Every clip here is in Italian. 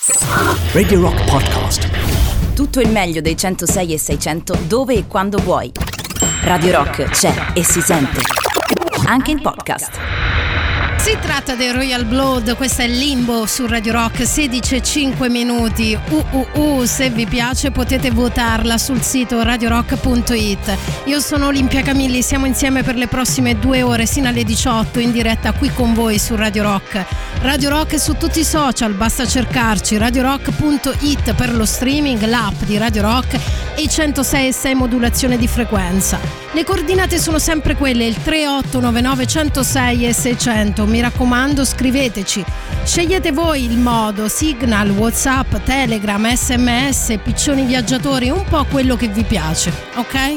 Radio Rock Podcast. Tutto il meglio dei 106 e 600 dove e quando vuoi. Radio Rock c'è e si sente anche in podcast. Si tratta del Royal Blood, questa è Limbo su Radio Rock, 16:05 minuti. Se vi piace potete votarla sul sito radiorock.it. Io sono Olimpia Camilli, siamo insieme per le prossime 2 ore sino alle 18 in diretta qui con voi su Radio Rock. Radio Rock è su tutti i social, basta cercarci radiorock.it per lo streaming, l'app di Radio Rock e 106.6 modulazione di frequenza. Le coordinate sono sempre quelle, il 3899 106 e 600. Mi raccomando, scriveteci. Scegliete voi il modo, Signal, WhatsApp, Telegram, SMS, piccioni viaggiatori, un po' quello che vi piace, ok?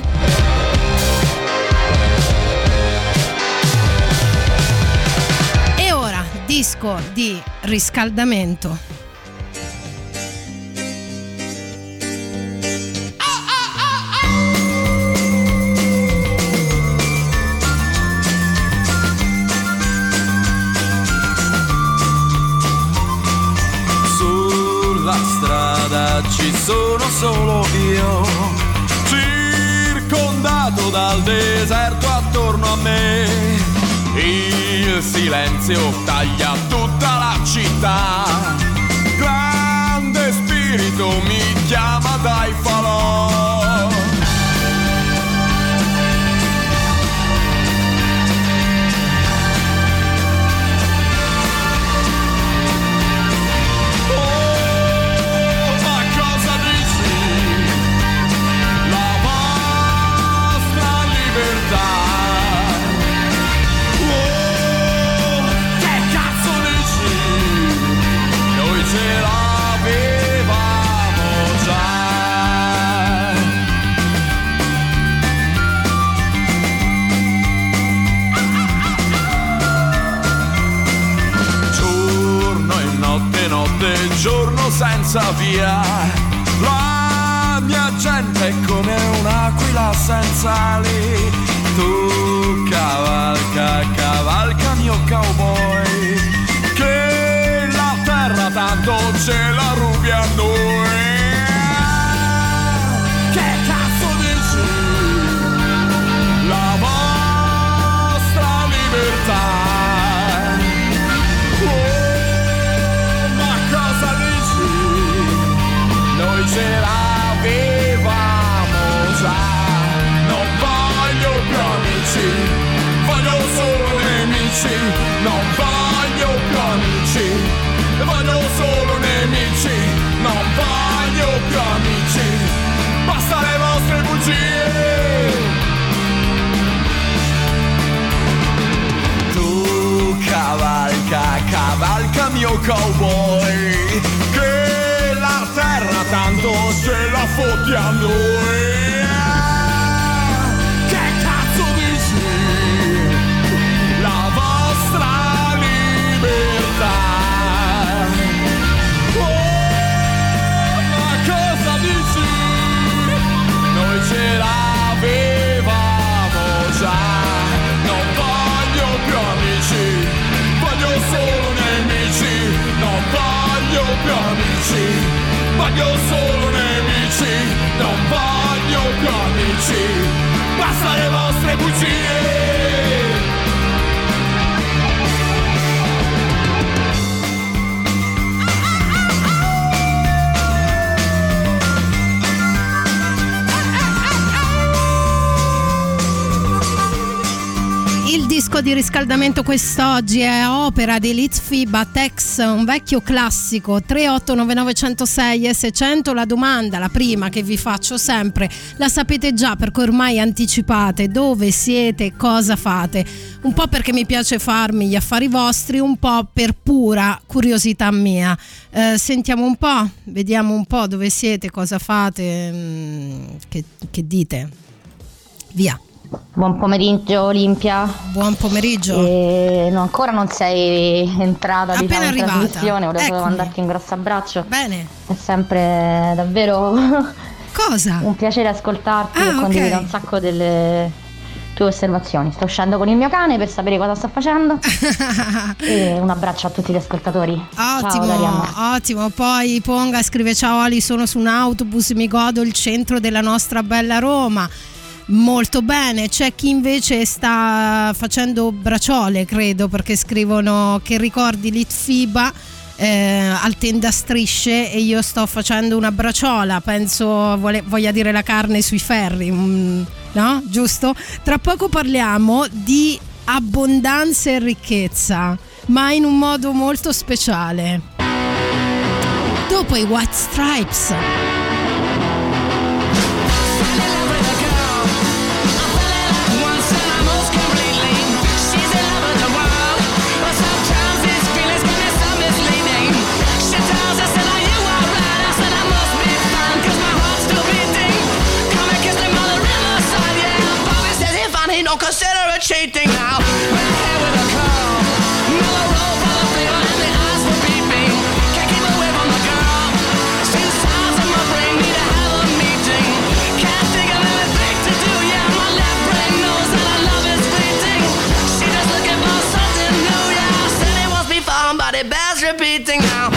E ora, disco di riscaldamento. Ci sono solo io, circondato dal deserto attorno a me. Il silenzio taglia tutta la città. Grande spirito mi chiama dai falò. Giorno senza via, la mia gente è come un'aquila senza ali. Tu cavalca, cavalca mio cowboy, che la terra tanto ce la rubi a noi. Che cazzo dici? La vostra libertà. Ce l'avevamo già. Non voglio più amici, voglio solo nemici. Non voglio più amici, voglio solo nemici. Non voglio più amici, basta le vostre bugie. Tu cavalca, cavalca mio cowboy, che la terra tanto ce la fotti a noi. Che cazzo dici? La vostra libertà. Oh, ma cosa dici? Noi ce l'avevamo già. Non voglio più amici, voglio solo nemici. Non voglio più amici, voglio solo nemici. Non voglio più amici, basta le vostre bugie. Il disco di riscaldamento quest'oggi è opera di Litfiba Tex, un vecchio classico. 3899 106 e 600. La domanda, la prima che vi faccio sempre, la sapete già perché ormai anticipate: dove siete, cosa fate? Un po' perché mi piace farmi gli affari vostri, un po' per pura curiosità mia. Sentiamo un po', vediamo un po' dove siete, cosa fate, che dite? Via. Buon pomeriggio Olimpia. Buon pomeriggio. No, ancora non sei entrata appena in trasmissione, volevo solo mandarti un grosso abbraccio. Bene. È sempre davvero cosa? un piacere ascoltarti e condividere un sacco delle 2 osservazioni. Sto uscendo con il mio cane per sapere cosa sta facendo. E un abbraccio a tutti gli ascoltatori. Ottimo, ciao, ottimo. Poi Ponga scrive: ciao Ali, sono su un autobus, mi godo il centro della nostra bella Roma. Molto bene. C'è chi invece sta facendo braciole, credo, perché scrivono che ricordi Litfiba al tendastrisce, e io sto facendo una braciola, penso voglia dire la carne sui ferri, no? Giusto? Tra poco parliamo di abbondanza e ricchezza, ma in un modo molto speciale, dopo i White Stripes. Don't consider it cheating now. We're here with a curl, mellow roll full of flavor, and the eyes will beat me. Can't keep away from the girl. Sing sounds in my brain, need to have a meeting. Can't think of anything to do. Yeah, my left brain knows that our love is fleeting. She just looking for something new. Yeah, I said it was before, but it bears repeating now.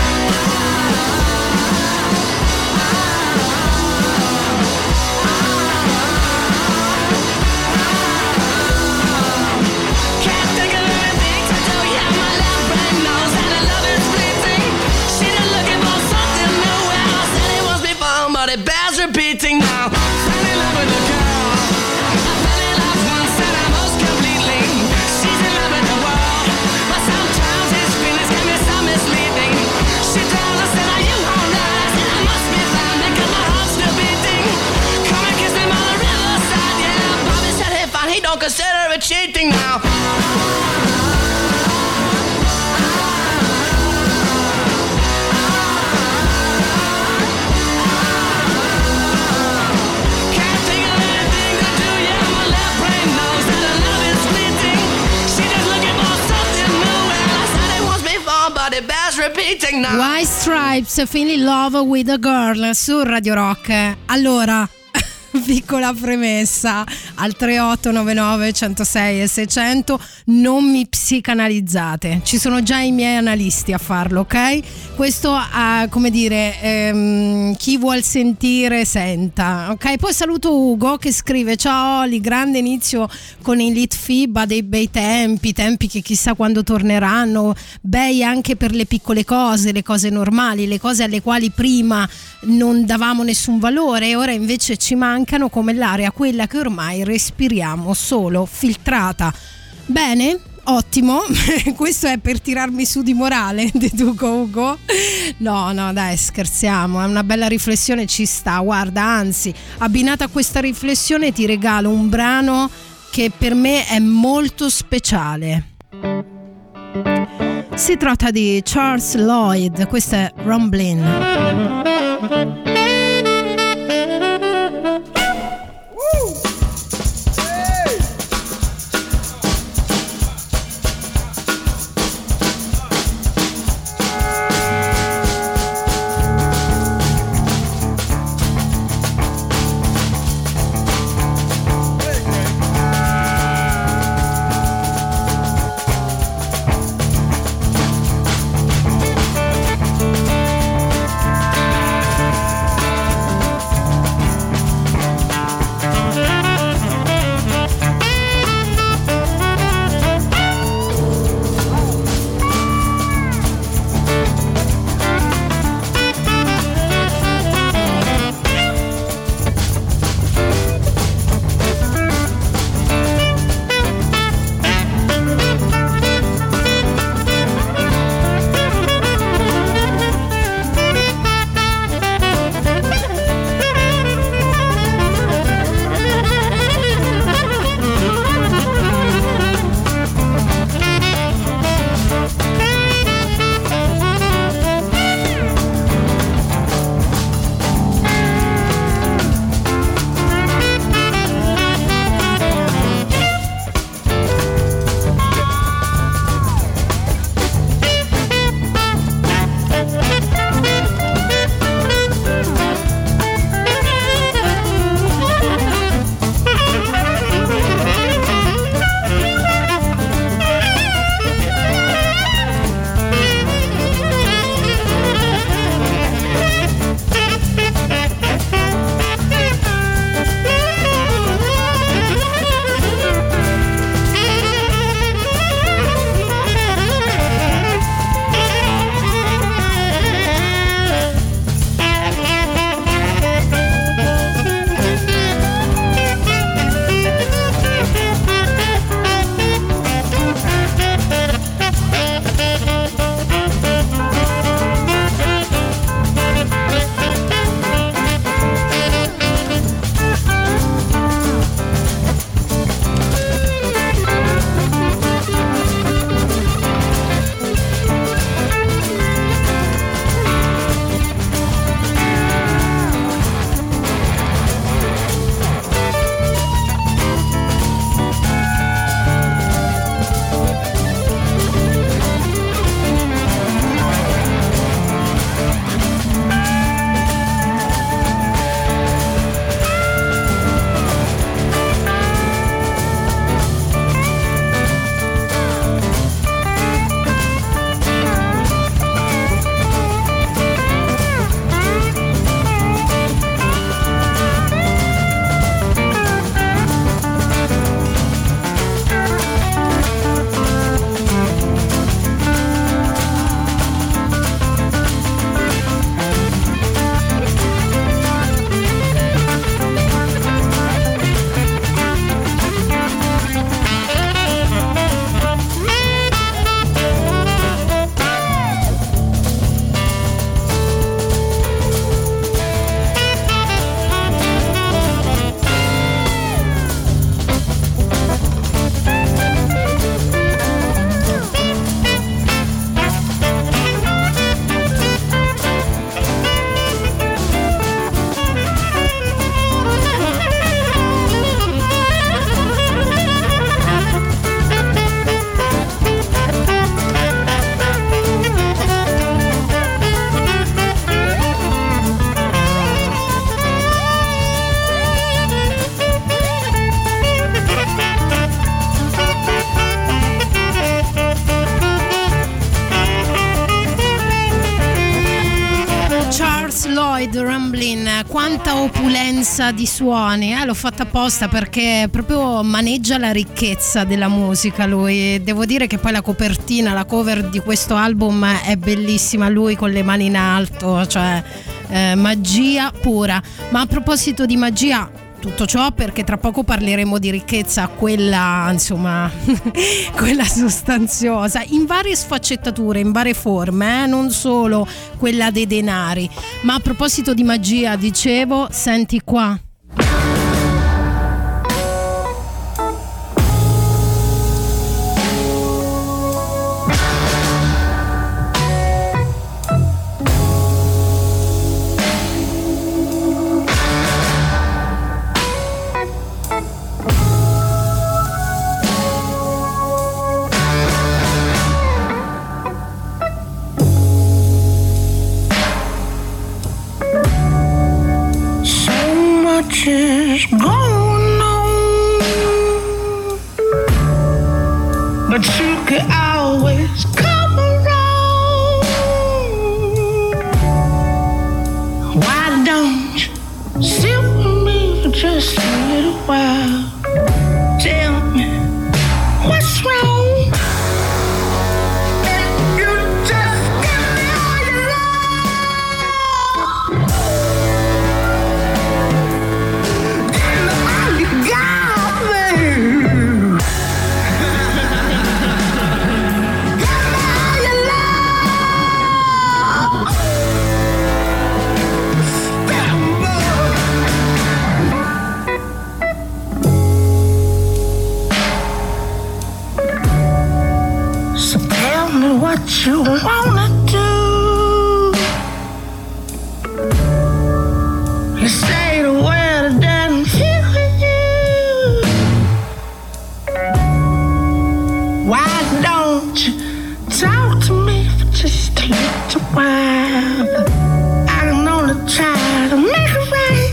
But it bears repeating now. Fell in love with a girl. I fell in love once and I most completely. She's in love with the world, but sometimes his feelings can be so misleading. She told us that are you all right? I said I must be fine because my heart's still beating. Come and kiss me by the riverside. Yeah, Bobby said hey fine, he don't consider it cheating now. White Stripes, Feel in Love with a Girl su Radio Rock. Allora, piccola premessa, al 3899 106 e 600 non mi psicanalizzate, ci sono già i miei analisti a farlo, ok? Questo come dire, chi vuol sentire senta, ok? Poi saluto Ugo che scrive: ciao Oli, grande inizio con il Litfiba, dei bei tempi che chissà quando torneranno, bei anche per le piccole cose, le cose normali, le cose alle quali prima non davamo nessun valore e ora invece ci mancano, come l'aria, quella che ormai respiriamo solo filtrata. Bene, ottimo. Questo è per tirarmi su di morale, deduco Ugo? No, dai, scherziamo, è una bella riflessione, ci sta. Guarda, anzi, abbinata a questa riflessione ti regalo un brano che per me è molto speciale. Si tratta di Charles Lloyd, questo è Rumblin'. Lars Lloyd Ramblin', quanta opulenza di suoni, l'ho fatta apposta perché proprio maneggia la ricchezza della musica lui. Devo dire che poi la copertina, la cover di questo album è bellissima, lui con le mani in alto, cioè magia pura. Ma a proposito di magia, tutto ciò perché tra poco parleremo di ricchezza, quella insomma quella sostanziosa, in varie sfaccettature, in varie forme, non solo quella dei denari. Ma a proposito di magia, dicevo, senti qua. Is going on, but you could always come around. Why don't you sit with me for just a little while? Tell me what's wrong. What you wanna do? You say the word doesn't fit with you. Why don't you talk to me for just a little while? I can only try to make it right.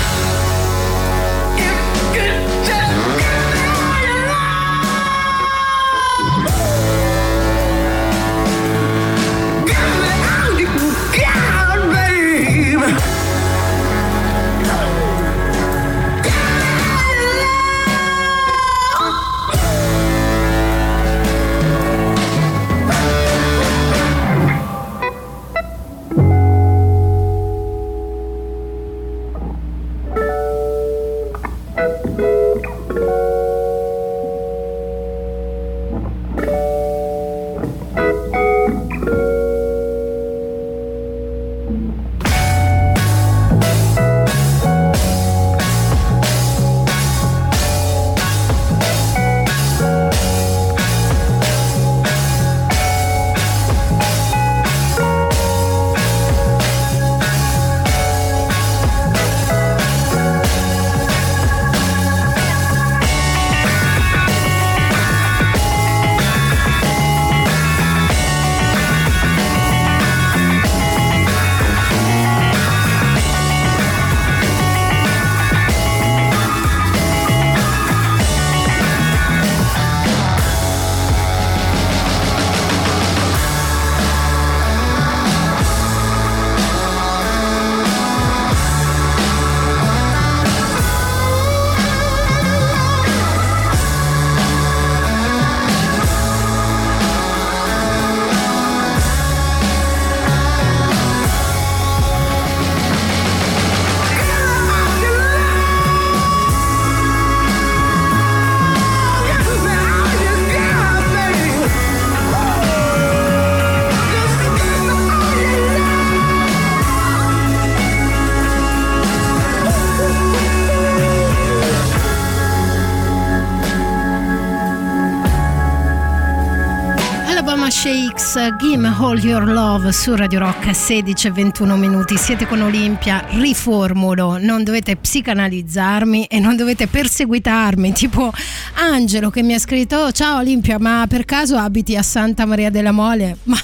Give Me All Your Love su Radio Rock, 16:21 minuti. Siete con Olimpia. Riformulo: non dovete psicanalizzarmi e non dovete perseguitarmi, tipo Angelo che mi ha scritto: ciao Olimpia, ma per caso abiti a Santa Maria della Mole? Ma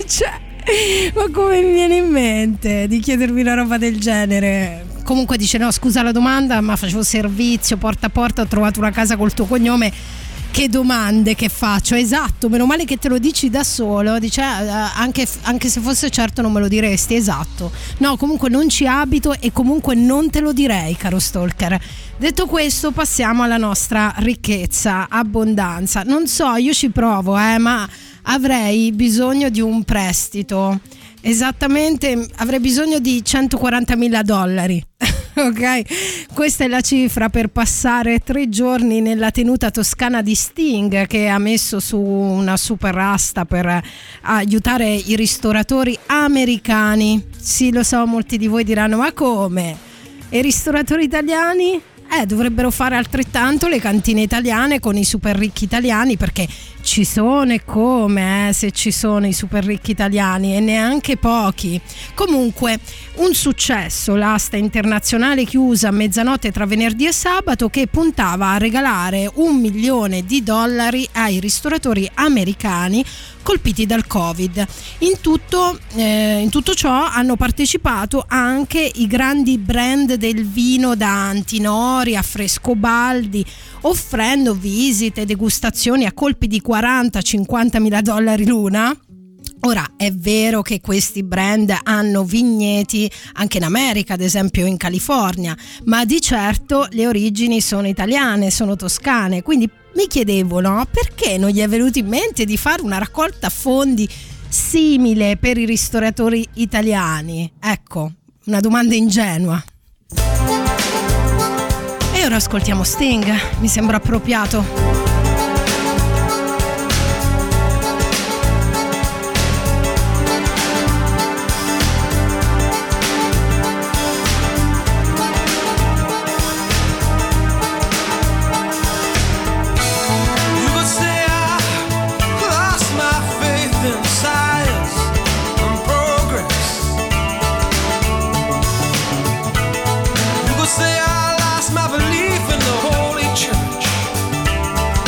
come mi viene in mente di chiedermi una roba del genere? Comunque dice: no, scusa la domanda, ma facevo servizio porta a porta, ho trovato una casa col tuo cognome che domande che faccio, esatto, meno male che te lo dici da solo, dice anche se fosse certo non me lo diresti, esatto, no, comunque non ci abito e comunque non te lo direi, caro stalker. Detto questo, passiamo alla nostra ricchezza, abbondanza. Non so, io ci provo, ma avrei bisogno di un prestito, esattamente avrei bisogno di $140.000. Ok, questa è la cifra per passare 3 giorni nella tenuta toscana di Sting, che ha messo su una super asta per aiutare i ristoratori americani. Sì, lo so, molti di voi diranno: ma come? E i ristoratori italiani? Dovrebbero fare altrettanto le cantine italiane con i super ricchi italiani, perché ci sono, e come, se ci sono i super ricchi italiani, e neanche pochi. Comunque un successo l'asta internazionale chiusa a mezzanotte tra venerdì e sabato, che puntava a regalare $1 milione ai ristoratori americani colpiti dal Covid. In tutto ciò hanno partecipato anche i grandi brand del vino, da Antinori a Frescobaldi, offrendo visite, degustazioni a colpi di $40-50.000 l'una. Ora, è vero che questi brand hanno vigneti anche in America, ad esempio in California, ma di certo le origini sono italiane, sono toscane, quindi mi chiedevo, no, perché non gli è venuto in mente di fare una raccolta fondi simile per i ristoratori italiani? Ecco, una domanda ingenua. E ora ascoltiamo Sting, mi sembra appropriato. Say I lost my belief in the Holy Church.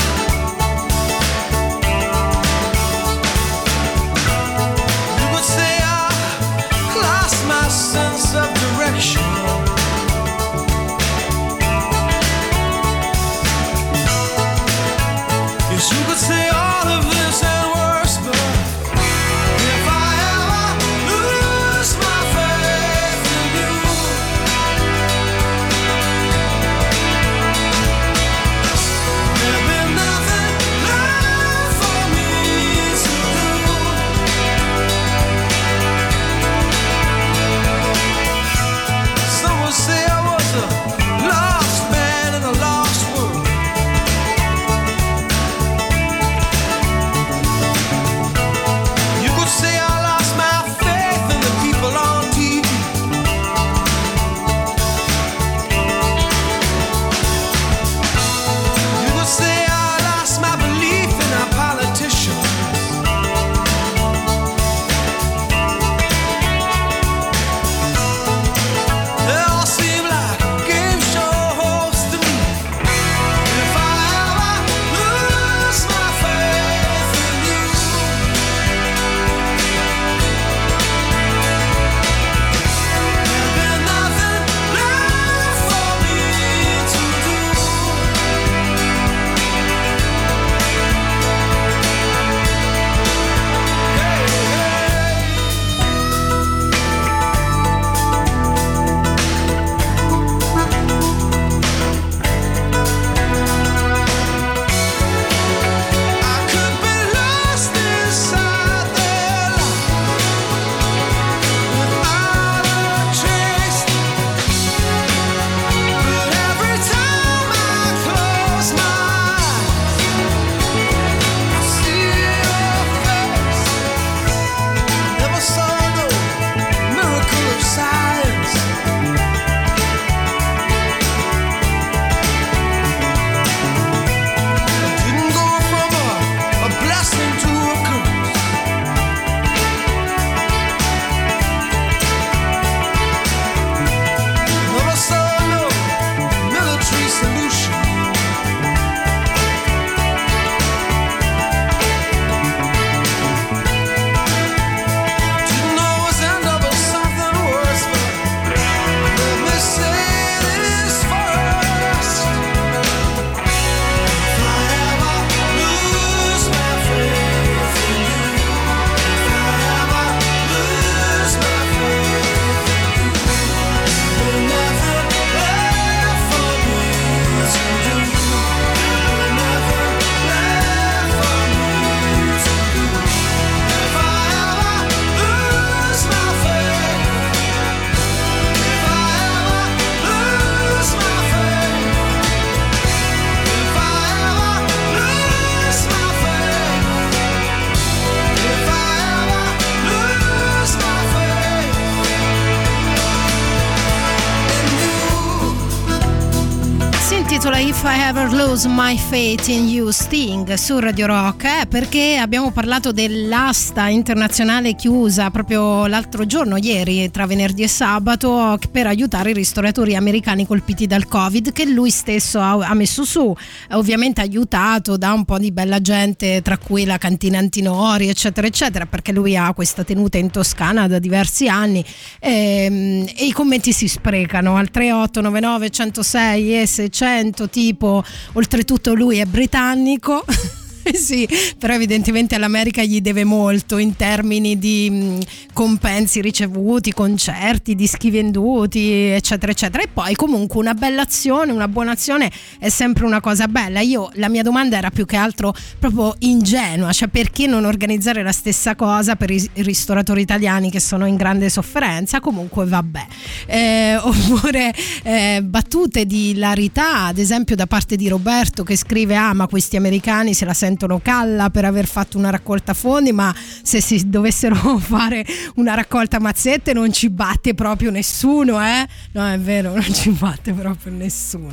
intitola If I Ever Lose My Faith in You, Sting, su Radio Rock, perché abbiamo parlato dell'asta internazionale chiusa proprio l'altro giorno, ieri, tra venerdì e sabato, per aiutare i ristoratori americani colpiti dal Covid, che lui stesso ha messo su, ovviamente aiutato da un po' di bella gente, tra cui la cantina Antinori, eccetera eccetera, perché lui ha questa tenuta in Toscana da diversi anni, e i commenti si sprecano al 3899 106 e 600, tipo oltretutto lui è britannico. Sì, però evidentemente all'America gli deve molto in termini di compensi ricevuti, concerti, dischi venduti, eccetera eccetera. E poi comunque una bella azione, una buona azione è sempre una cosa bella. La mia domanda era più che altro proprio ingenua, cioè perché non organizzare la stessa cosa per i ristoratori italiani che sono in grande sofferenza? Comunque vabbè, oppure battute di ilarità, ad esempio da parte di Roberto, che scrive: ma questi americani se la sentono calla per aver fatto una raccolta fondi, ma se si dovessero fare una raccolta mazzette non ci batte proprio nessuno, no, è vero, non ci batte proprio nessuno.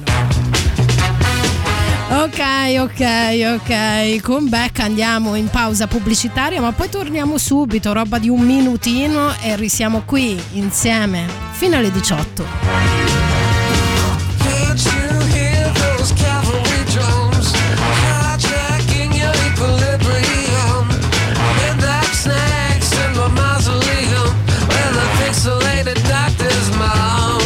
Ok, con Becca andiamo in pausa pubblicitaria, ma poi torniamo subito, roba di un minutino, e risiamo qui insieme fino alle 18. Isolated doctor's mom.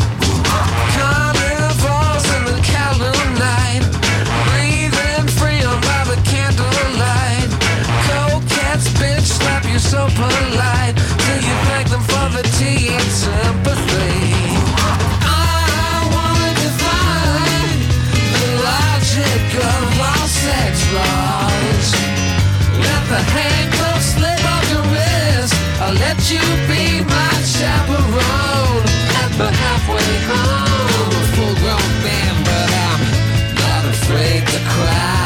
Carnivals in the calendar night, breathing free by the candlelight. Coquettes, bitch, slap you so polite till you thank them for the tea and sympathy. I wanna define the logic of all sex laws. Let the handcuffs slip off your wrist. I'll let you be my chaperone at the halfway home. A full-grown man, but I'm not afraid to cry.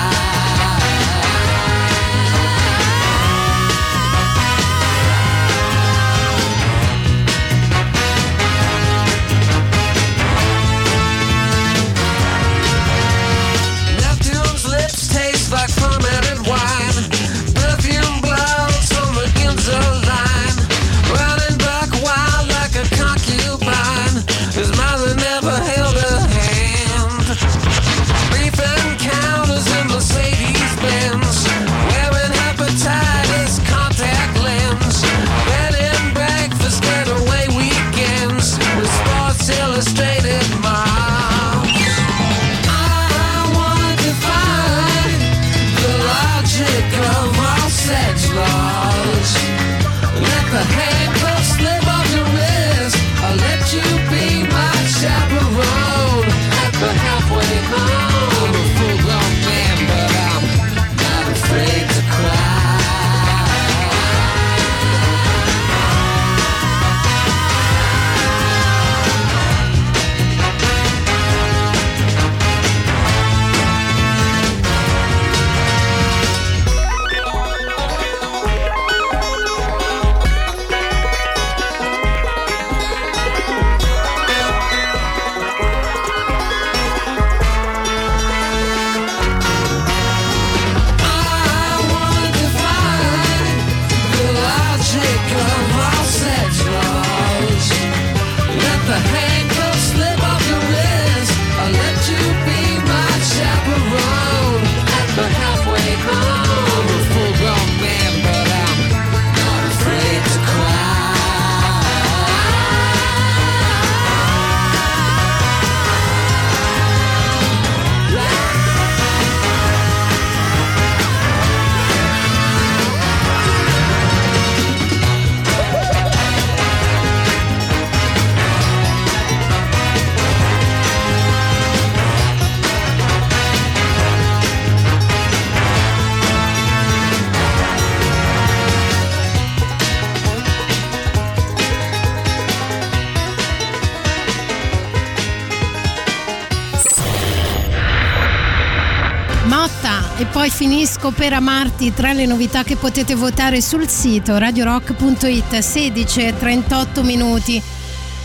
Neptune's lips taste like fermented wine. Perfume blows on the Ginza line. Running back wild like a concubine. His mother never held her hand. Brief encounters in Mercedes-Benz, wearing hepatitis contact lens. Bed and breakfast getaway weekends with Sports Illustrated moms. I want to find the logic of all sex laws. Let the handcuffs slip off your wrist. I'll let you be my chaperone at the halfway home. I'm a full-grown man, but I'm not afraid to cry. E poi finisco per amarti tra le novità che potete votare sul sito radiorock.it. 16:38.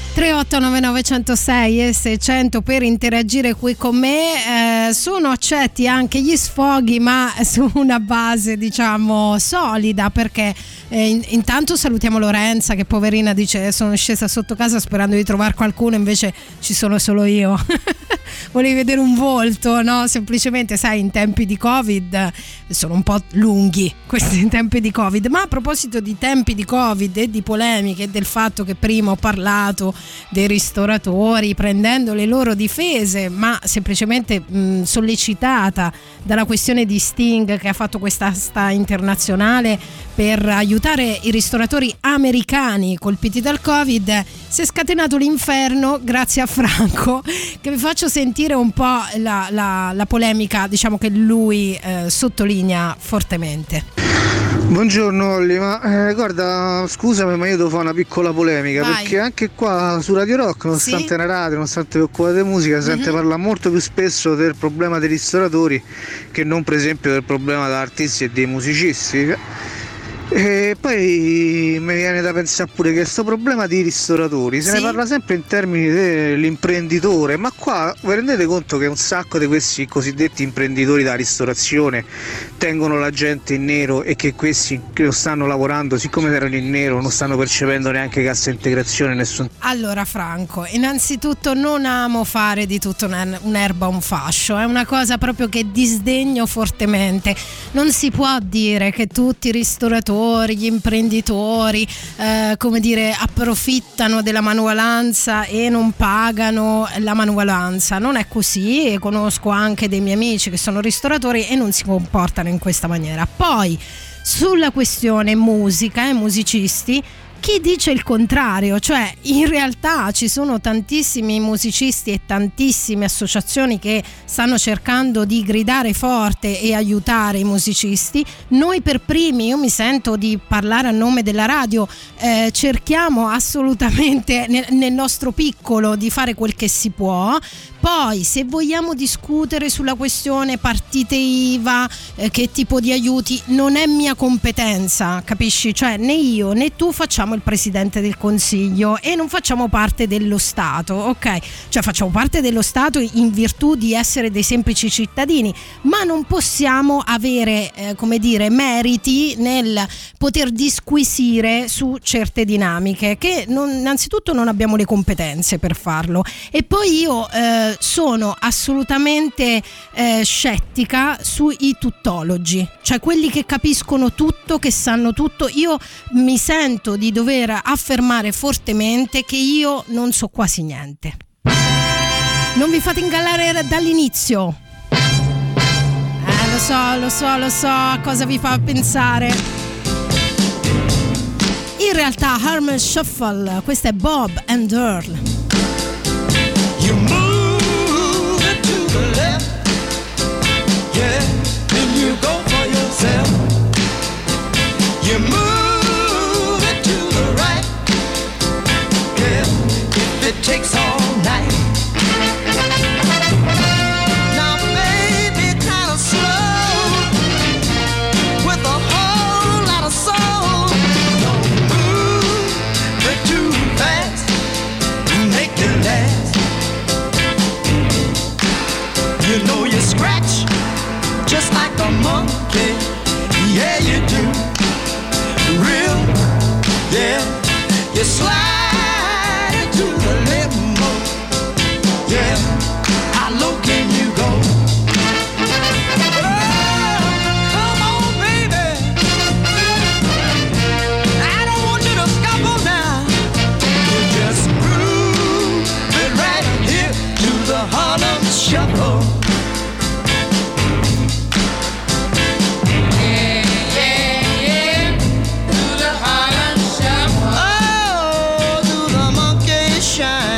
3899 106 e 600 per interagire qui con me. Sono accetti anche gli sfoghi, ma su una base diciamo solida, perché intanto salutiamo Lorenza che poverina dice sono scesa sotto casa sperando di trovare qualcuno, invece ci sono solo io. Volevi vedere un volto, no? Semplicemente sai, in tempi di Covid sono un po' lunghi questi tempi di Covid. Ma a proposito di tempi di Covid e di polemiche e del fatto che prima ho parlato dei ristoratori prendendo le loro difese, ma semplicemente sollecitata dalla questione di Sting, che ha fatto questa asta internazionale per aiutare i ristoratori americani colpiti dal Covid, si è scatenato l'inferno grazie a Franco, che vi faccio sentire un po' la polemica, diciamo, che lui sottolinea fortemente. Buongiorno Olli, ma guarda, scusami, ma io devo fare una piccola polemica. Vai. Perché anche qua su Radio Rock, nonostante una radio, nonostante vi occupate di musica, sente parlare molto più spesso del problema dei ristoratori che non per esempio del problema degli artisti e dei musicisti. E poi mi viene da pensare pure che questo problema di ristoratori se ne parla sempre in termini dell'imprenditore, ma qua vi rendete conto che un sacco di questi cosiddetti imprenditori da ristorazione tengono la gente in nero e che questi che lo stanno lavorando, siccome erano in nero, non stanno percependo neanche cassa integrazione, nessun. Allora Franco, innanzitutto non amo fare di tutto un'erba un fascio, è una cosa proprio che disdegno fortemente. Non si può dire che tutti i ristoratori, gli imprenditori come dire, approfittano della manualanza e non pagano la manualanza. Non è così, e conosco anche dei miei amici che sono ristoratori e non si comportano in questa maniera. Poi sulla questione musica e musicisti, chi dice il contrario? Cioè, in realtà ci sono tantissimi musicisti e tantissime associazioni che stanno cercando di gridare forte e aiutare i musicisti. Noi per primi, io mi sento di parlare a nome della radio, cerchiamo assolutamente nel nostro piccolo di fare quel che si può. Poi se vogliamo discutere sulla questione partite IVA, che tipo di aiuti, non è mia competenza, capisci? Cioè né io né tu facciamo il presidente del consiglio e non facciamo parte dello Stato, ok? Cioè facciamo parte dello Stato in virtù di essere dei semplici cittadini, ma non possiamo avere come dire meriti nel poter disquisire su certe dinamiche che innanzitutto non abbiamo le competenze per farlo. E poi io sono assolutamente scettica sui tuttologi, cioè quelli che capiscono tutto, che sanno tutto. Io mi sento di dover affermare fortemente che io non so quasi niente. Non vi fate ingannare dall'inizio. Lo so a cosa vi fa pensare. In realtà Harlem Shuffle, questa è Bob and Earl. You move it to the left, yeah, then you go for yourself. You move it to the right, yeah, if it takes all night. Now baby, kind of slow, with a whole lot of soul. Don't move it too fast, make it last. You know you scratch just like a monkey, yeah you do. Real, yeah, you slide into the limo, yeah. How low can you go? Oh, come on, baby. I don't want you to scuffle now. You just groove it right here to the Harlem Shuffle. Shine.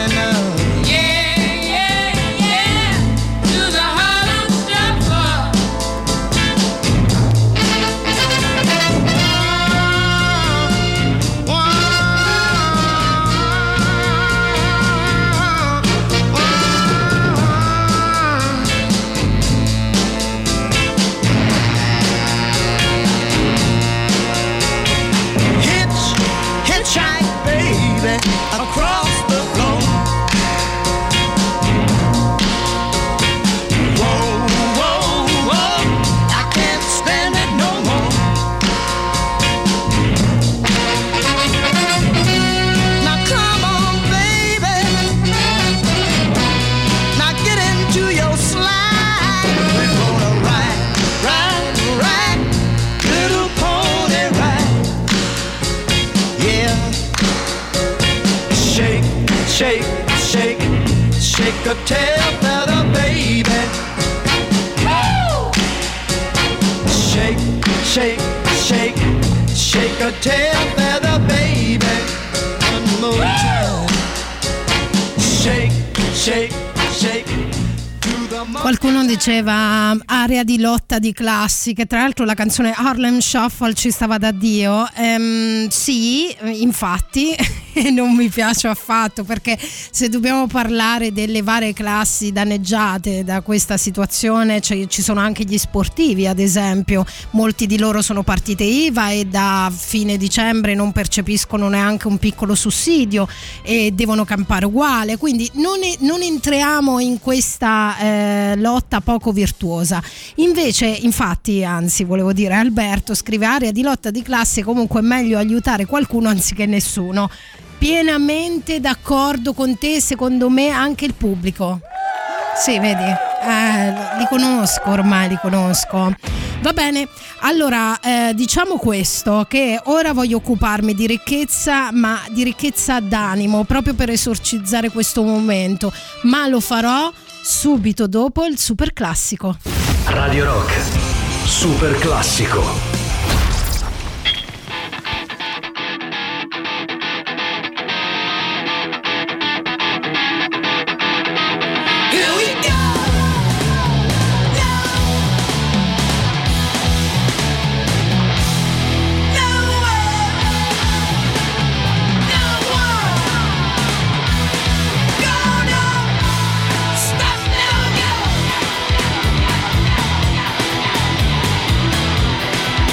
shake, shake, shake a tail feather, baby. Woo! Shake, shake, shake, shake a tail feather, baby. One more time. Shake, shake, shake. Qualcuno diceva area di lotta di classi, che tra l'altro la canzone Harlem Shuffle ci stava da Dio. Sì, infatti non mi piace affatto, perché se dobbiamo parlare delle varie classi danneggiate da questa situazione, ci sono anche gli sportivi, ad esempio. Molti di loro sono partite IVA e da fine dicembre non percepiscono neanche un piccolo sussidio e devono campare uguale, quindi non entriamo in questa lotta poco virtuosa. Invece, infatti, anzi volevo dire, Alberto scrive area di lotta di classe, comunque è meglio aiutare qualcuno anziché nessuno. Pienamente d'accordo con te, secondo me anche il pubblico. Sì, vedi, li conosco ormai, li conosco. Va bene, allora diciamo questo, che ora voglio occuparmi di ricchezza, ma di ricchezza d'animo, proprio per esorcizzare questo momento, ma lo farò subito dopo il super classico. Radio Rock Super Classico. Stop now,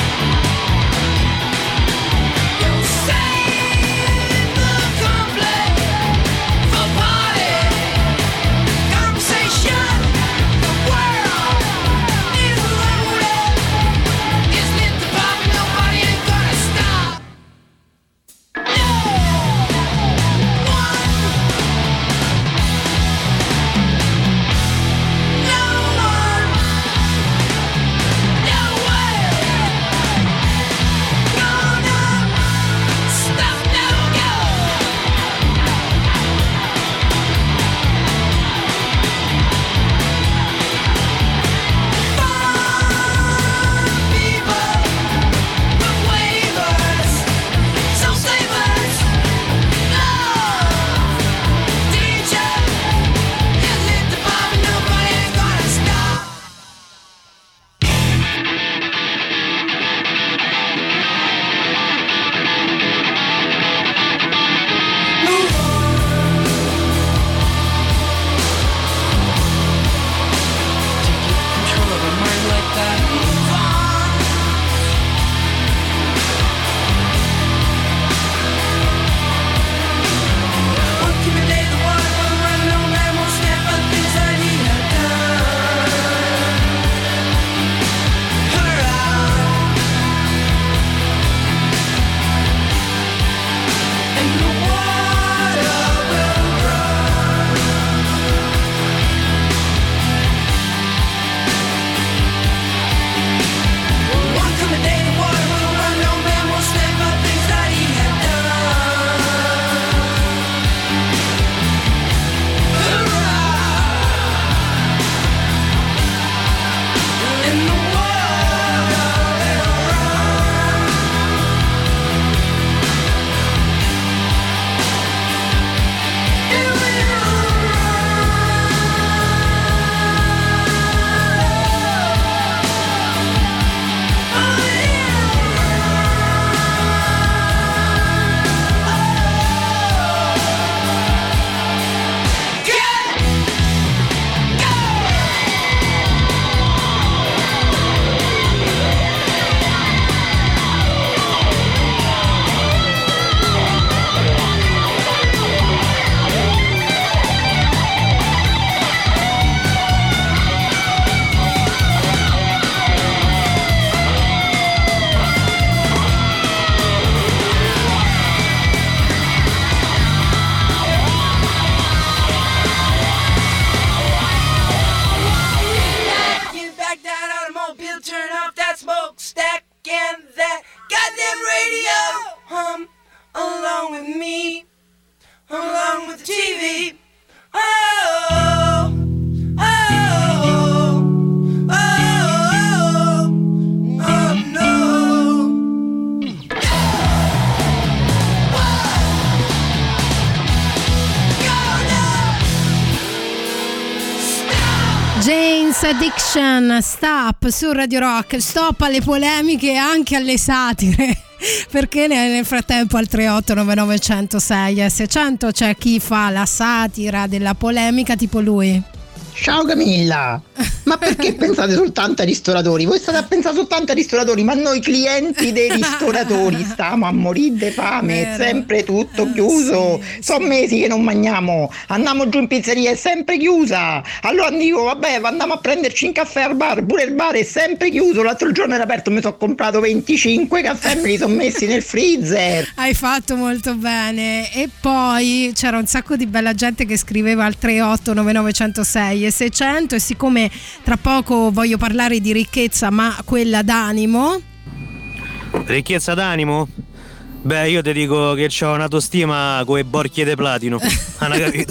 Sex Addiction, Stop su Radio Rock. Stop alle polemiche e anche alle satire, perché nel frattempo al 3899 106 600 c'è chi fa la satira della polemica tipo lui. Ciao Camilla, ma perché pensate soltanto ai ristoratori? Voi state a pensare soltanto ai ristoratori, ma noi clienti dei ristoratori stiamo a morire di fame, è sempre tutto chiuso, sono mesi che non mangiamo, andiamo giù in pizzeria, è sempre chiusa, allora dico vabbè andiamo a prenderci un caffè al bar, pure il bar è sempre chiuso, l'altro giorno era aperto, mi sono comprato 25 caffè, me li sono messi nel freezer. Hai fatto molto bene. E poi c'era un sacco di bella gente che scriveva al 3899 106 e 600, e siccome tra poco voglio parlare di ricchezza, ma quella d'animo. Ricchezza d'animo? Beh, io ti dico che c'ho un'autostima come borchie de platino. Hanno capito?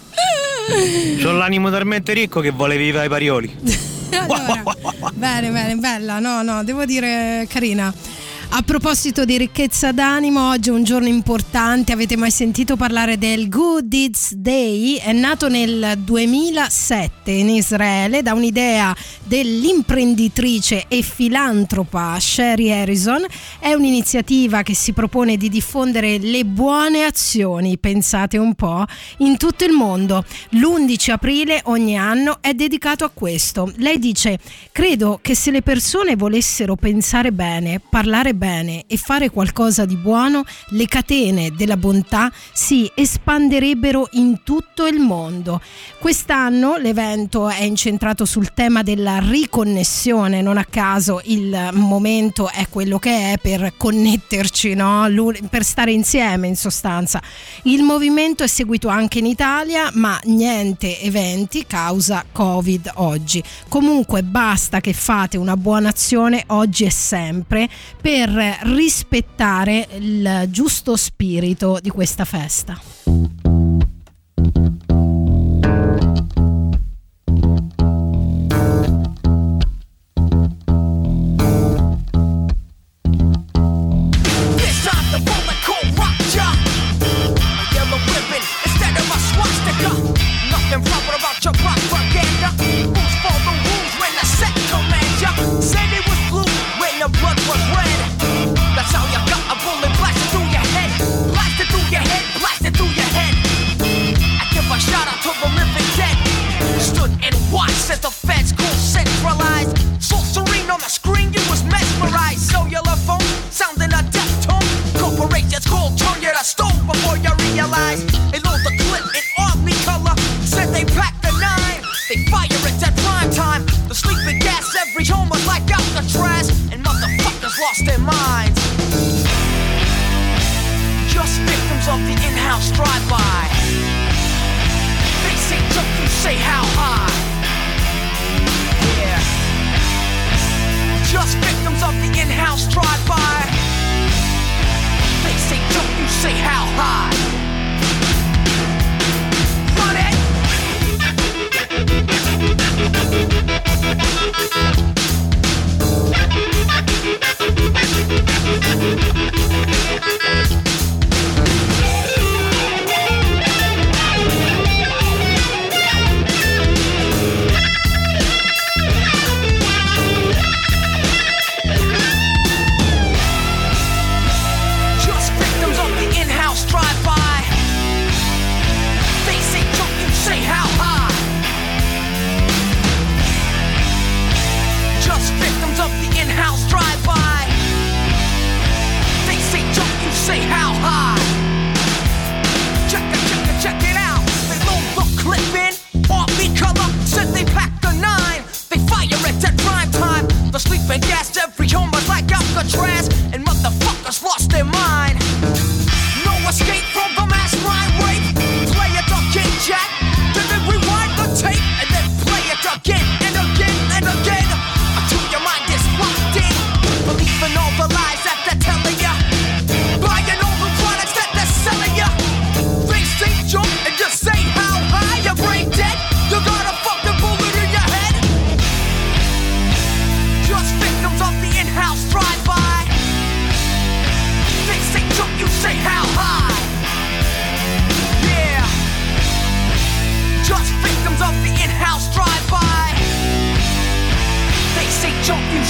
C'ho l'animo talmente ricco che vuole vivere ai parioli. Allora, bene, bella, no, devo dire carina. A proposito di ricchezza d'animo, oggi è un giorno importante. Avete mai sentito parlare del Good Deeds Day? È nato nel 2007 in Israele da un'idea dell'imprenditrice e filantropa Sherry Harrison. È un'iniziativa che si propone di diffondere le buone azioni, pensate un po', in tutto il mondo. L'11 aprile ogni anno è dedicato a questo. Lei dice: credo che se le persone volessero pensare bene, parlare bene e fare qualcosa di buono, le catene della bontà si espanderebbero in tutto il mondo. Quest'anno l'evento è incentrato sul tema della riconnessione, non a caso il momento è quello che è per connetterci, no? Per stare insieme in sostanza. Il movimento è seguito anche in Italia, ma niente eventi causa Covid oggi. Comunque basta che fate una buona azione oggi e sempre per rispettare il giusto spirito di questa festa. Said the feds go centralized. So serene on the screen, you was mesmerized. Cellular phone, sounding a death tone. Corporations call, turn you to stone before you realize. They load the clip in army color. Said they packed the 9. They fire it at prime time. The sleeping gas, every home was like Alcatraz. And motherfuckers lost their minds. Just victims of the in-house drive-by. They say jump, you say how high. Yeah. Just victims of the in-house drive-by. They say jump, you say how high. Run it.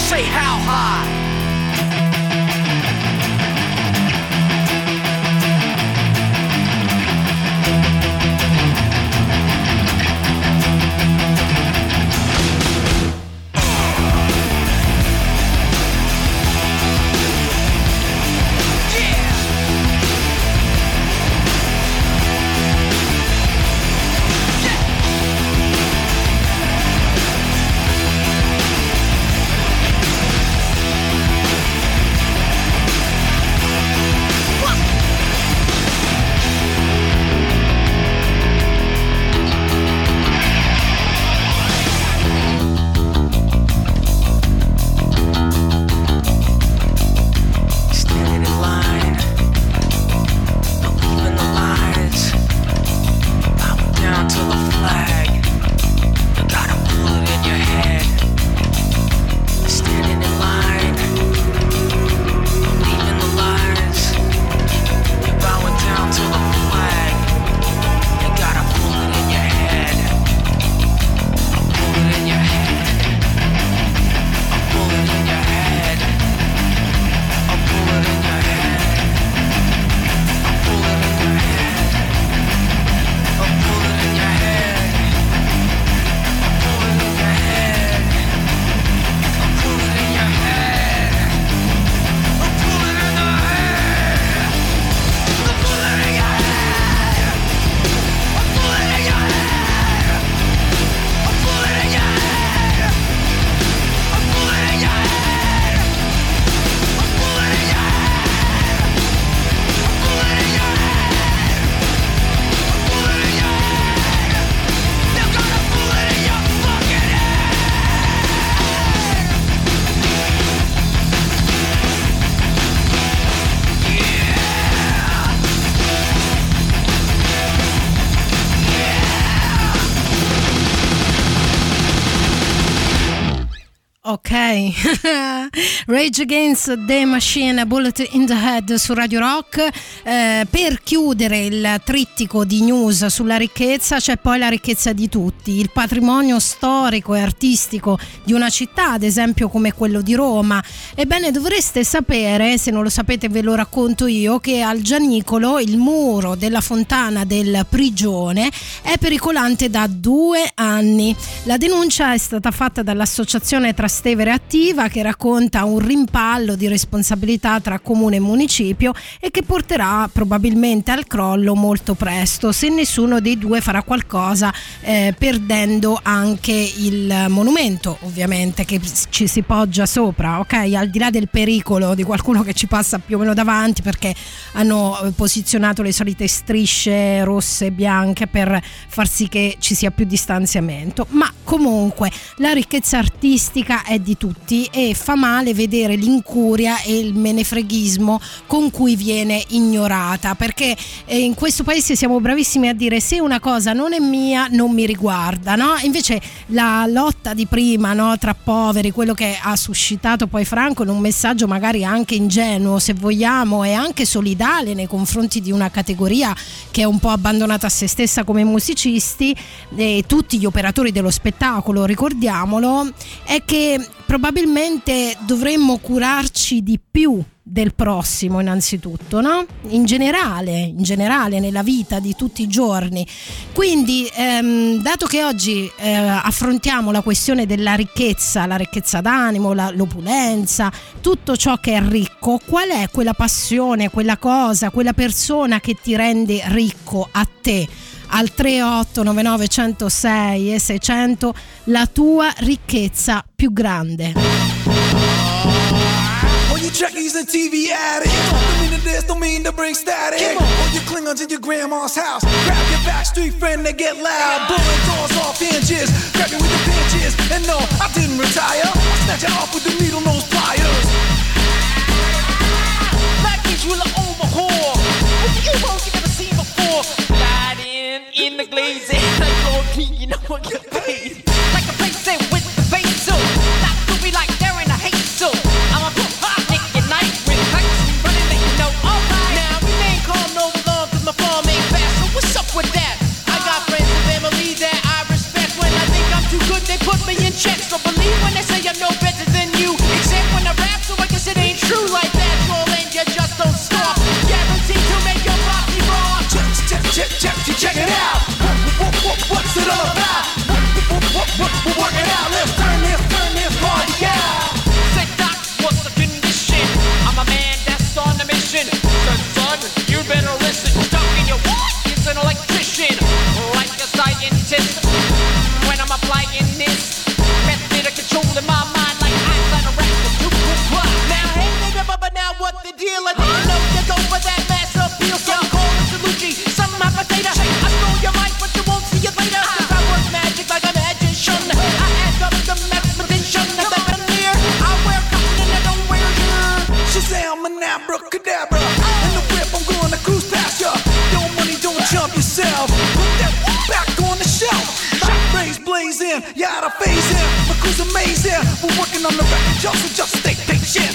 Say how high. Ok, Rage Against the Machine, Bullet in the Head su Radio Rock. Per chiudere il trittico di news sulla ricchezza c'è poi la ricchezza di tutti, il patrimonio storico e artistico di una città, ad esempio come quello di Roma. Ebbene, dovreste sapere, se non lo sapete ve lo racconto io, che al Gianicolo il muro della fontana del Prigione è pericolante da 2 anni. La denuncia è stata fatta dall'associazione Trastevere Attiva, che racconta un rimpallo di responsabilità tra comune e municipio e che porterà probabilmente al crollo molto presto, se nessuno dei due farà qualcosa, perdendo anche il monumento, ovviamente, che ci si poggia sopra, ok? Al di là del pericolo di qualcuno che ci passa più o meno davanti, perché hanno posizionato le solite strisce rosse e bianche per far sì che ci sia più distanziamento. Ma comunque la ricchezza artistica è di tutti e fa male vedere l'incuria e il menefreghismo con cui viene ignorata, perché in questo paese siamo bravissimi a dire: se una cosa non è mia non mi riguarda, no? Invece la lotta di prima, no, tra poveri, quello che ha suscitato poi Franco in un messaggio magari anche ingenuo, se vogliamo, e anche solidale nei confronti di una categoria che è un po' abbandonata a se stessa come musicisti e tutti gli operatori dello spettacolo, ricordiamolo, è che probabilmente dovremmo curarci di più del prossimo, innanzitutto, no? In generale nella vita di tutti i giorni. Quindi dato che oggi affrontiamo la questione della ricchezza, la ricchezza d'animo, l'opulenza, tutto ciò che è ricco, qual è quella passione, quella cosa, quella persona che ti rende ricco a te? Al 3899 106 e 600 la tua ricchezza più grande. All you trekkies and TV addicts, don't mean to this, don't mean to bring static. All you Klingons in your grandma's house, grab your backstreet friend, they get loud. Blowing doors off hinges, grab me with the pinches. And no, I didn't retire, I snatch you off with the needle nose pliers. Black kids will overhaul with the evils you never seen before. Sliding in the glazing, like Lord King, you know I get paid. Like a place with the bass, so not to be like they're in a hate, so I'm a pop nick at night with kites running, let you know. Alright, now remain calm, no alarm, cause my farm ain't fast. So what's up with that? I got friends and family that I respect. When I think I'm too good, they put me in check. So believe when they say I'm no better than you. amazing. You had a phase in, the crew's amazing. We're working on the record, y'all, so just stay patient.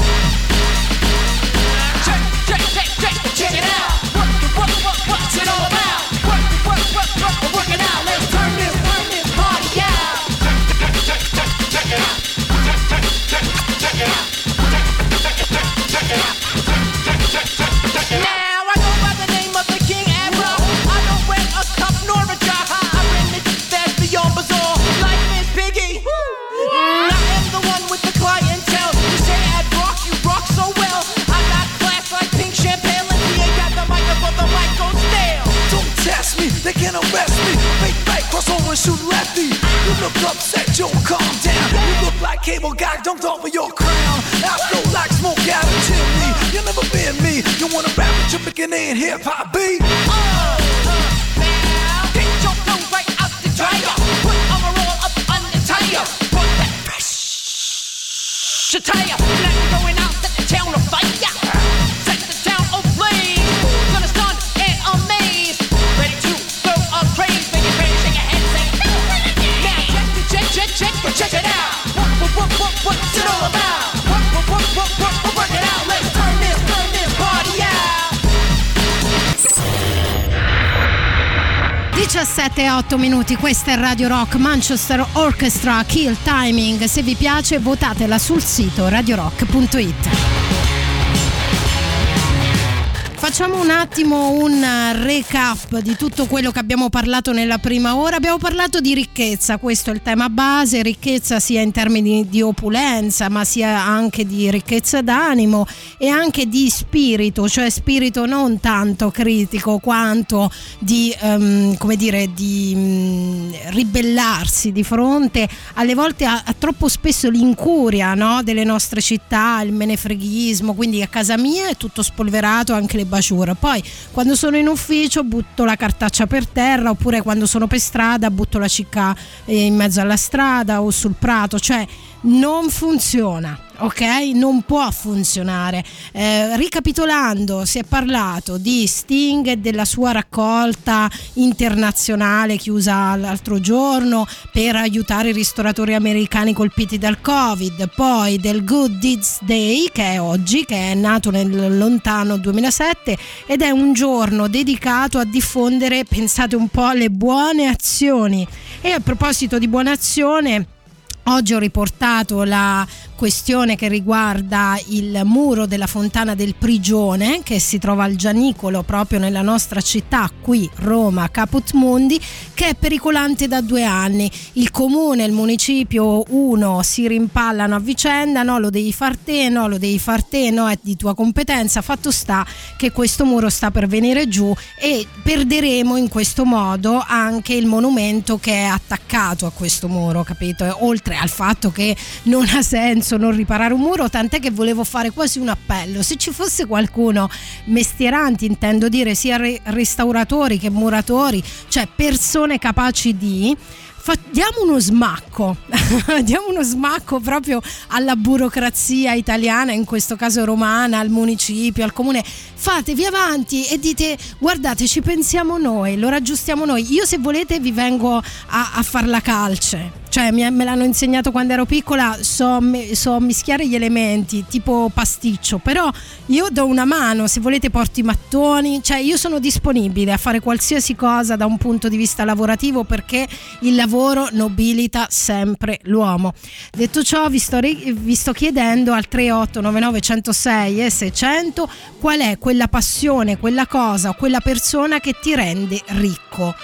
Check it out. What's it all about? We're working out. Let's turn this party out. Check it out. Check it out. Now I go by the name of the King Admiral. I don't wear a cup nor a jar. I bring the that's beyond bizarre. Like Miss Piggy. I am the one with the clientele. You say Ad Rock, you rock so well. I got class like pink champagne. And he ain't got the microphone, the mic goes stale. Don't test me, they can arrest me. Fake right, cross over and shoot lefty. You look upset, Joe, calm down. You look like cable guy dunked over your crown. I flow like smoke out of chimney. You'll never been me. You wanna rap with your beginning hip-hop beat? Now, get your flow right out the dryer. Put on a roll up on the tire. Put that fresh attire. Now you're going out, set the town on fire. Set the town ablaze. Gonna stun and amaze. Ready to go a craze. Make it ready, shake your head, say now check it out. What's it all about? Work it out. Let's turn this party out. 17:08 minuti, questa è Radio Rock Manchester Orchestra, Kill Timing. Se vi piace votatela sul sito radiorock.it. Facciamo un attimo un recap di tutto quello che abbiamo parlato nella prima ora. Abbiamo parlato di ricchezza, questo è il tema base, ricchezza sia in termini di opulenza, ma sia anche di ricchezza d'animo e anche di spirito, cioè spirito non tanto critico quanto di ribellarsi di fronte alle volte a troppo spesso l'incuria, no, delle nostre città, il menefreghismo. Quindi a casa mia è tutto spolverato, anche le baciura. Poi quando sono in ufficio butto la cartaccia per terra, oppure quando sono per strada butto la cicca in mezzo alla strada o sul prato. Cioè non funziona, ok? Non può funzionare. Ricapitolando, si è parlato di Sting e della sua raccolta internazionale chiusa l'altro giorno per aiutare i ristoratori americani colpiti dal Covid, poi del Good Deeds Day, che è oggi, che è nato nel lontano 2007 ed è un giorno dedicato a diffondere, pensate un po', le buone azioni. E a proposito di buone azioni, oggi ho riportato la questione che riguarda il muro della Fontana del Prigione, che si trova al Gianicolo, proprio nella nostra città, qui Roma, Caput Mundi, che è pericolante da 2 anni. Il comune e il municipio si rimpallano a vicenda: no, lo devi far te, no, lo devi far te, no, è di tua competenza. Fatto sta che questo muro sta per venire giù e perderemo in questo modo anche il monumento che è attaccato a questo muro, capito? Oltre al fatto che non ha senso non riparare un muro, tant'è che volevo fare quasi un appello: se ci fosse qualcuno, mestieranti intendo dire, sia restauratori che muratori, cioè persone capaci di, diamo uno smacco diamo uno smacco proprio alla burocrazia italiana, in questo caso romana, al municipio, al comune. Fatevi avanti e dite: guardate, ci pensiamo noi, lo raggiustiamo noi. Io, se volete, vi vengo a far la calce. Cioè me l'hanno insegnato quando ero piccola, so mischiare gli elementi tipo pasticcio, però io do una mano, se volete porto i mattoni, cioè io sono disponibile a fare qualsiasi cosa da un punto di vista lavorativo, perché il lavoro nobilita sempre l'uomo. Detto ciò, vi sto chiedendo al 3899 106 e 600 qual è quella passione, quella cosa o quella persona che ti rende ricco.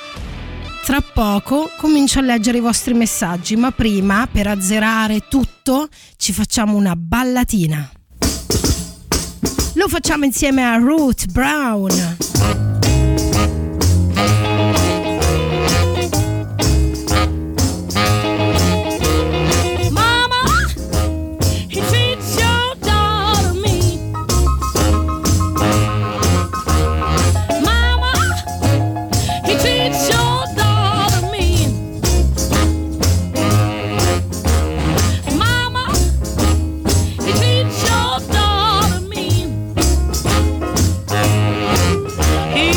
Tra poco comincio a leggere i vostri messaggi, ma prima, per azzerare tutto, ci facciamo una ballatina. Lo facciamo insieme a Ruth Brown. He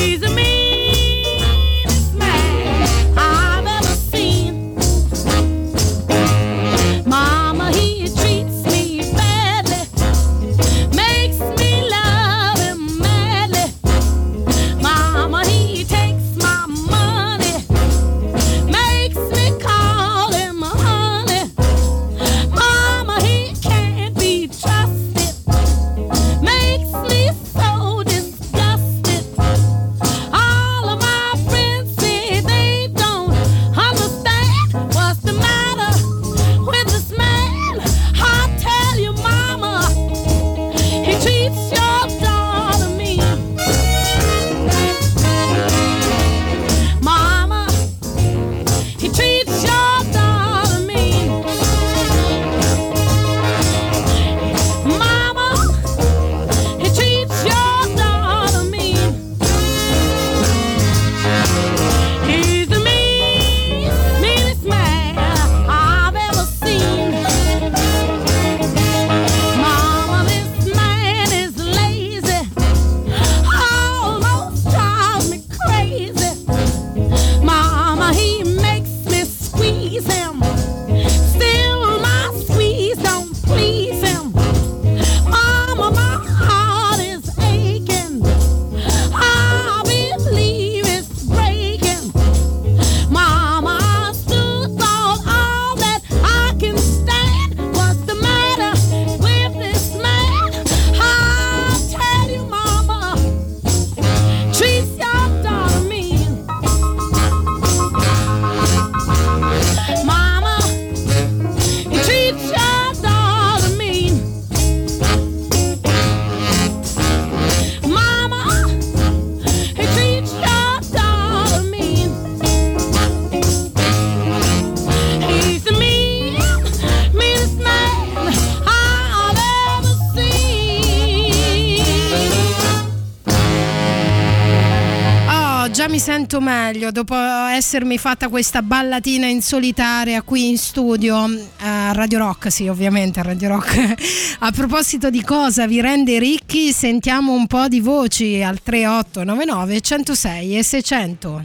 mi sento meglio dopo essermi fatta questa ballatina in solitaria qui in studio a Radio Rock, sì, ovviamente a Radio Rock. A proposito di cosa vi rende ricchi, sentiamo un po' di voci al 3899 106 e 600.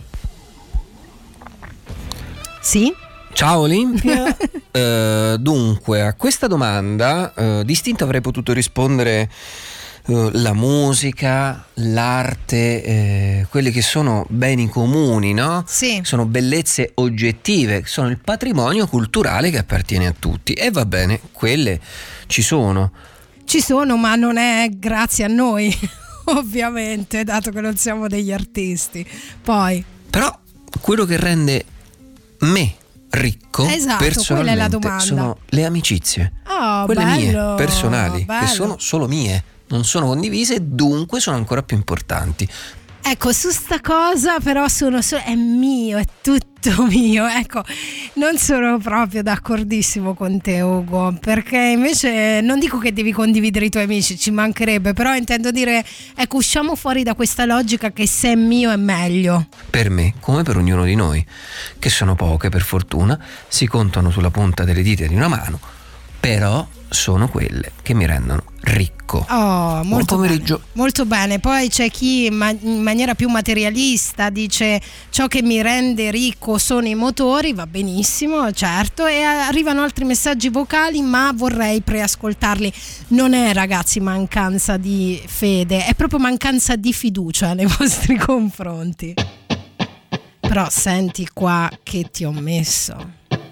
Sì? Ciao Olimpia. Dunque, a questa domanda distinta avrei potuto rispondere la musica, l'arte, quelli che sono beni comuni, no? Sì. Sono bellezze oggettive, sono il patrimonio culturale che appartiene a tutti. E va bene, quelle ci sono. Ci sono, ma non è grazie a noi, ovviamente, dato che non siamo degli artisti. Poi. Però quello che rende me ricco, esatto, personalmente, quella è la domanda. sono le amicizie. Oh, quelle bello, mie, personali, bello. che sono solo mie, non sono condivise e dunque sono ancora più importanti. Ecco, su sta cosa però è mio, è tutto mio. Ecco, non sono proprio d'accordissimo con te, Ugo, perché invece non dico che devi condividere i tuoi amici, ci mancherebbe, però intendo dire, ecco, usciamo fuori da questa logica che se è mio è meglio. Per me, come per ognuno di noi, che sono poche per fortuna, si contano sulla punta delle dita di una mano, però sono quelle che mi rendono ricco. Oh, buon pomeriggio. Bene, molto bene. Poi c'è chi in maniera più materialista dice ciò che mi rende ricco sono i motori, va benissimo, certo, e arrivano altri messaggi vocali, ma vorrei preascoltarli. Non è, ragazzi, mancanza di fede, è proprio mancanza di fiducia nei vostri confronti. Però senti qua che ti ho messo.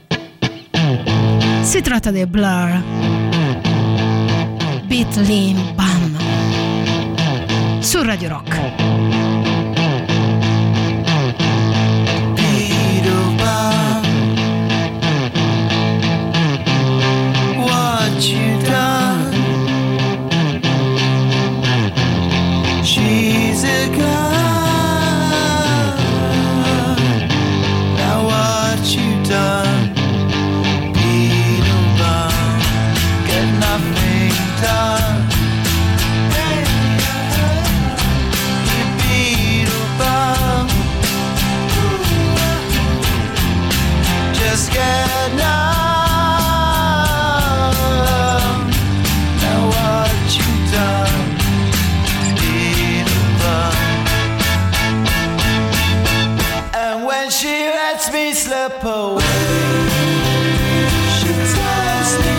Si tratta dei Blur, Beat Lean Bam, su Radio Rock. What you done? She's a gun. Now what you done? Nothing done. You Beetlebum. Just get numb. Now what you done, Beetlebum. And when she lets me slip away, she tells me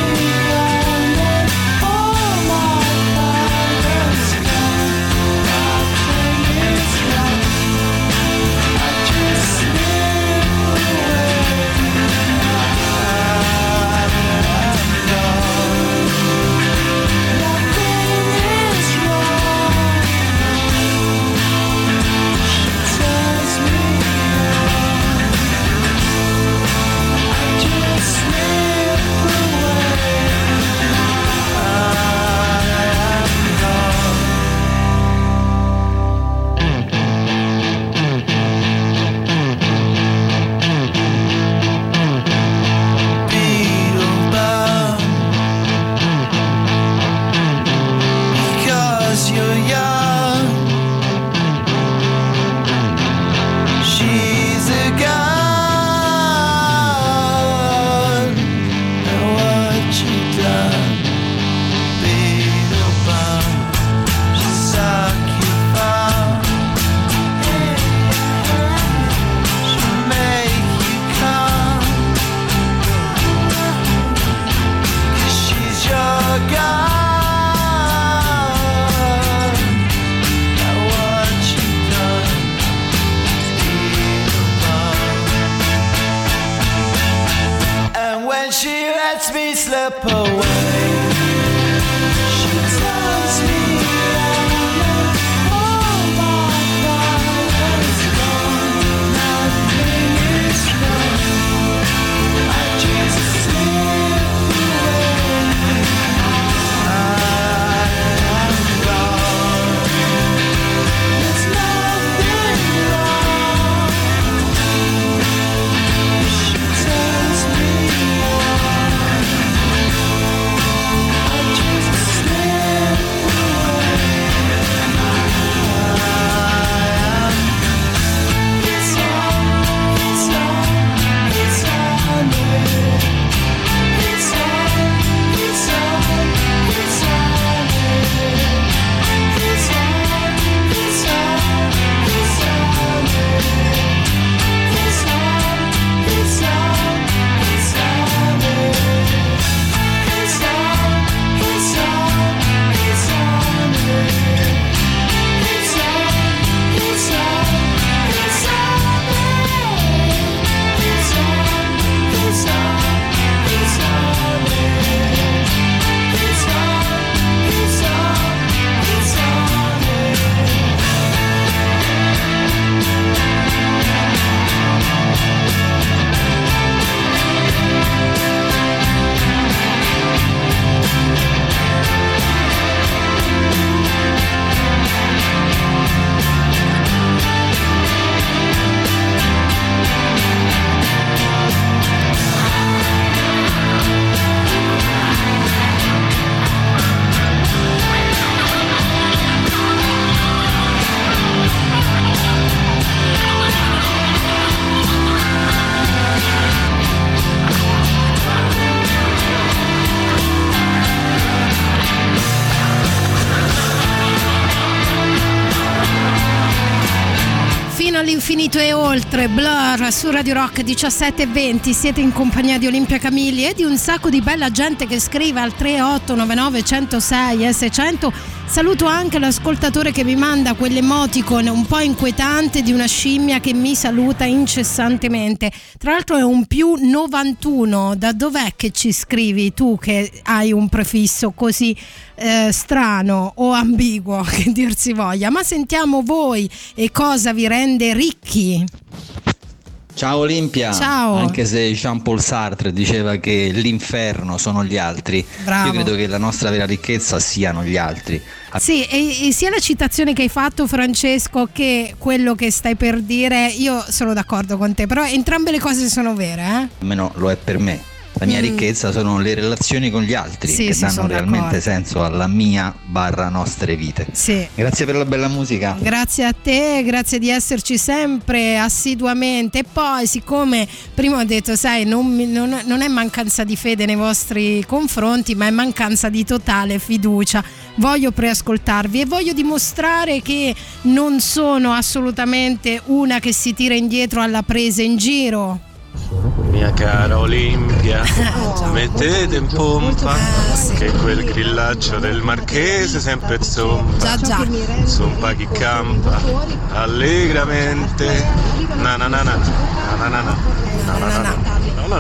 20 e oltre, Blur su Radio Rock 17:20. Siete in compagnia di Olimpia Camilli e di un sacco di bella gente che scrive al 3899 106 e 600. Saluto anche l'ascoltatore che mi manda quell'emoticon un po' inquietante di una scimmia che mi saluta incessantemente. Tra l'altro è un più 91. Da dov'è che ci scrivi tu che hai un prefisso così strano o ambiguo, che dir si voglia? Ma sentiamo voi e cosa vi rende ricchi. Ciao Olimpia. Ciao. Anche se Jean-Paul Sartre diceva che l'inferno sono gli altri, Bravo. io credo che la nostra vera ricchezza siano gli altri. Sì, e sia la citazione che hai fatto, Francesco, che quello che stai per dire, io sono d'accordo con te, però entrambe le cose sono vere, Almeno lo è per me. La mia ricchezza sono le relazioni con gli altri, Sì, che sì, danno sono realmente d'accordo. senso alla mia nostre vite. Sì. Grazie per la bella musica. Grazie a te, grazie di esserci sempre assiduamente. E poi, siccome prima ho detto, sai, non è mancanza di fede nei vostri confronti, ma è mancanza di totale fiducia, voglio preascoltarvi e voglio dimostrare che non sono assolutamente una che si tira indietro alla presa in giro. Mia cara Olimpia, mettete in pompa che quel grillaccio del Marchese sempre zompa. Già. Zompa chi campa allegramente. Na na na na na na na na na na.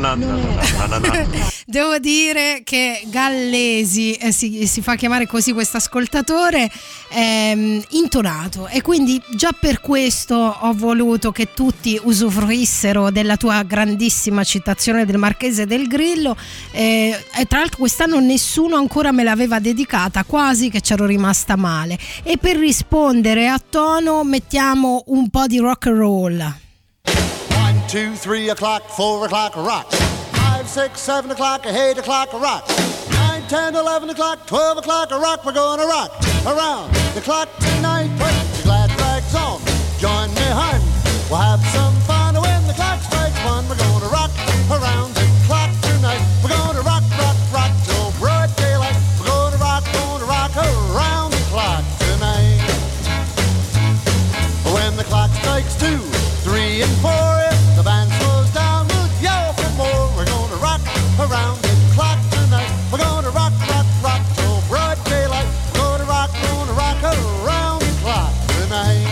Devo dire che Gallesi si fa chiamare così questo ascoltatore, intonato, e quindi già per questo ho voluto che tutti usufruissero della tua grandissima citazione del Marchese del Grillo, e tra l'altro quest'anno nessuno ancora me l'aveva dedicata, quasi che c'ero rimasta male, e per rispondere a tono mettiamo un po' di rock and roll. 1, 2, 3 o'clock, 4 o'clock, rock. 5, 6, 7 o'clock, 8 o'clock, rock. 9, 10, 11 o'clock, 12 o'clock, rock. We're gonna rock around the clock tonight. Put your glad rags on, join me, hun. We'll have some fun when the clock strikes 1. We're gonna rock around the clock tonight. We're gonna rock, rock, rock till broad daylight. We're gonna rock around the clock tonight. When the clock strikes 2, 3 and 4, if the band slows down, we'll yell for more. We're gonna rock around the clock tonight. We're gonna rock, rock, rock till broad daylight. We're gonna rock around the clock tonight.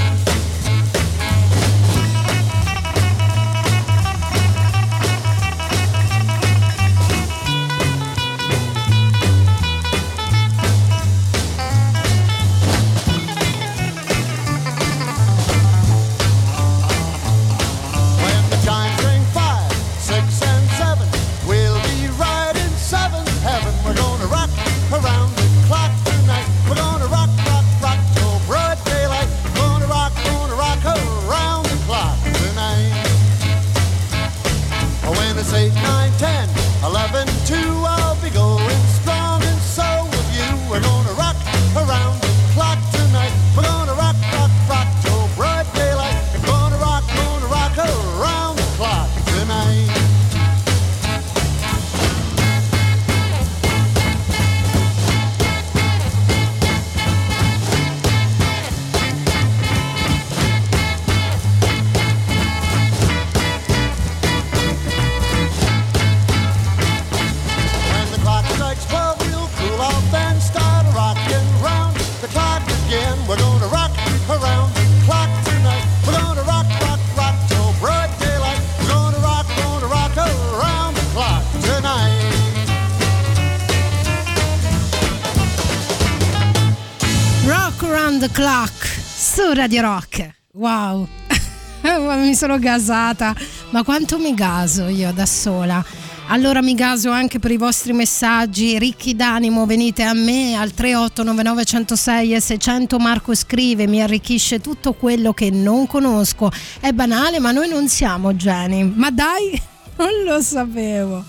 The Clock su Radio Rock. Wow. Mi sono gasata, ma quanto mi gaso io da sola. Allora mi gaso anche per i vostri messaggi ricchi d'animo, venite a me al 3899 106 e 600. Marco scrive: mi arricchisce tutto quello che non conosco. È banale, ma noi non siamo geni. Ma dai, non lo sapevo.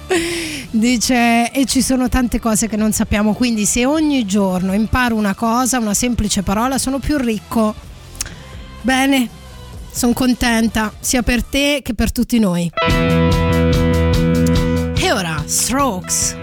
Dice, e ci sono tante cose che non sappiamo, quindi se ogni giorno imparo una cosa, una semplice parola, sono più ricco. Bene, sono contenta sia per te che per tutti noi. E ora Strokes.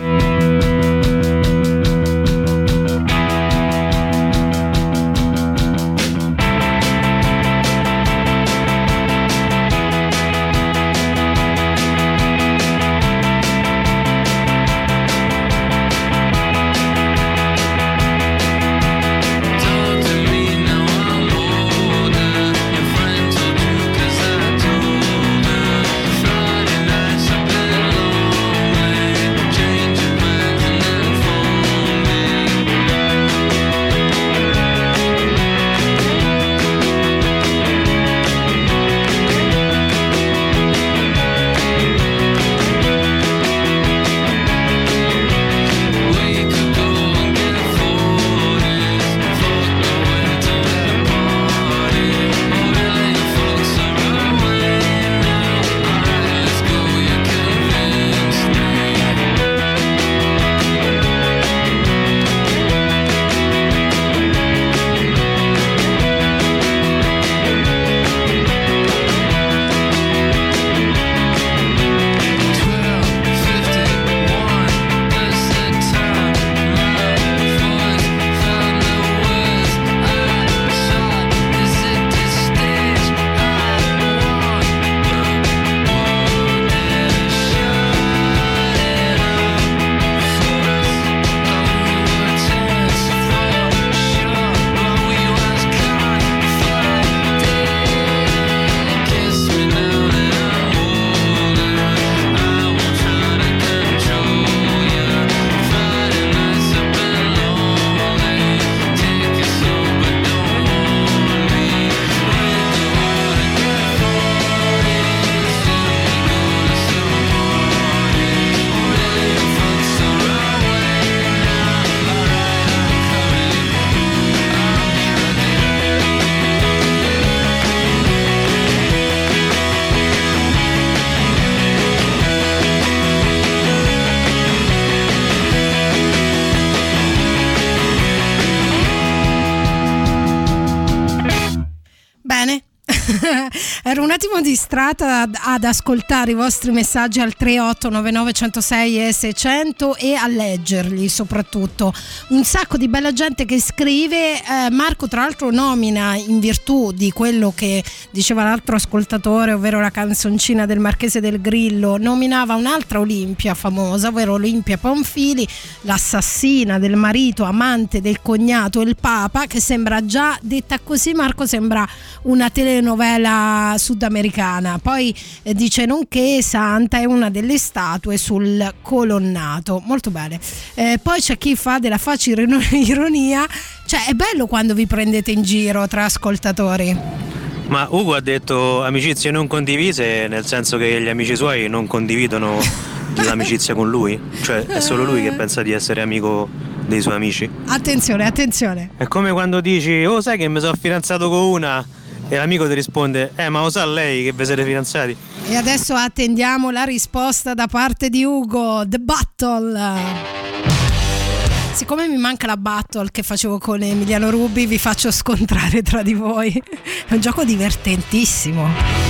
attimo distratta ad ascoltare i vostri messaggi al 3899 106 e 600 e a leggerli soprattutto. Un sacco di bella gente che scrive. Marco tra l'altro nomina, in virtù di quello che diceva l'altro ascoltatore, ovvero la canzoncina del Marchese del Grillo, nominava un'altra Olimpia famosa, ovvero Olimpia Pamphili, l'assassina del marito, amante del cognato, il Papa, che sembra, già detta così Marco, sembra una telenovela sudamericana. Poi dice nonché santa è una delle statue sul colonnato. Molto bene. Poi c'è chi fa della facile ironia, cioè è bello quando vi prendete in giro tra ascoltatori. Ma Ugo ha detto amicizie non condivise, nel senso che gli amici suoi non condividono l'amicizia con lui? Cioè è solo lui che pensa di essere amico dei suoi amici? Attenzione, attenzione. È come quando dici oh sai che mi sono fidanzato con una e l'amico ti risponde ma lo sa lei che vi siete fidanzati? E adesso attendiamo la risposta da parte di Ugo. The Battle. Siccome mi manca la battle che facevo con Emiliano Rubi, vi faccio scontrare tra di voi. È un gioco divertentissimo.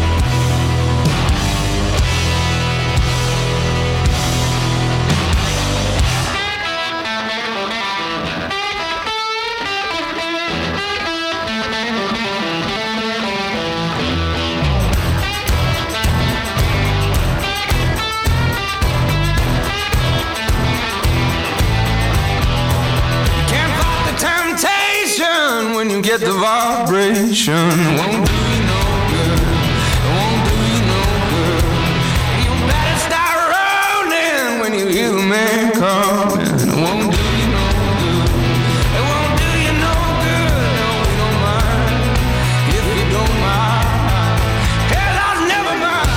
When you get the vibration, won't do you no good, won't do you no good. You better start rolling when you hear the man coming, won't do you no good, it won't do you no good, no we don't mind, if you don't mind, hell I'll never mind.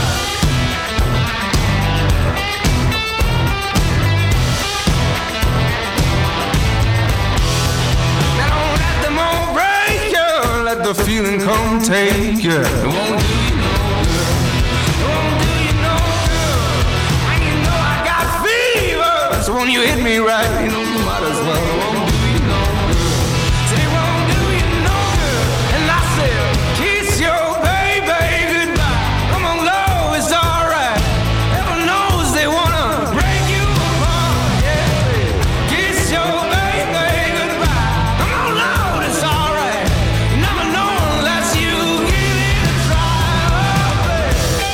Now don't let them all break you, let the feeling come take you. It won't do you no good, it won't do you no good. And you know I got fever, so when you hit me right, you know you might as well. It won't do you no good, said it won't do you no good. And I said, kiss your baby goodbye. Come on, low, it's alright. Heaven knows they wanna break you apart. Yeah, kiss your baby goodbye. Come on, low, it's alright. You never know unless you give it a try. Oh, baby.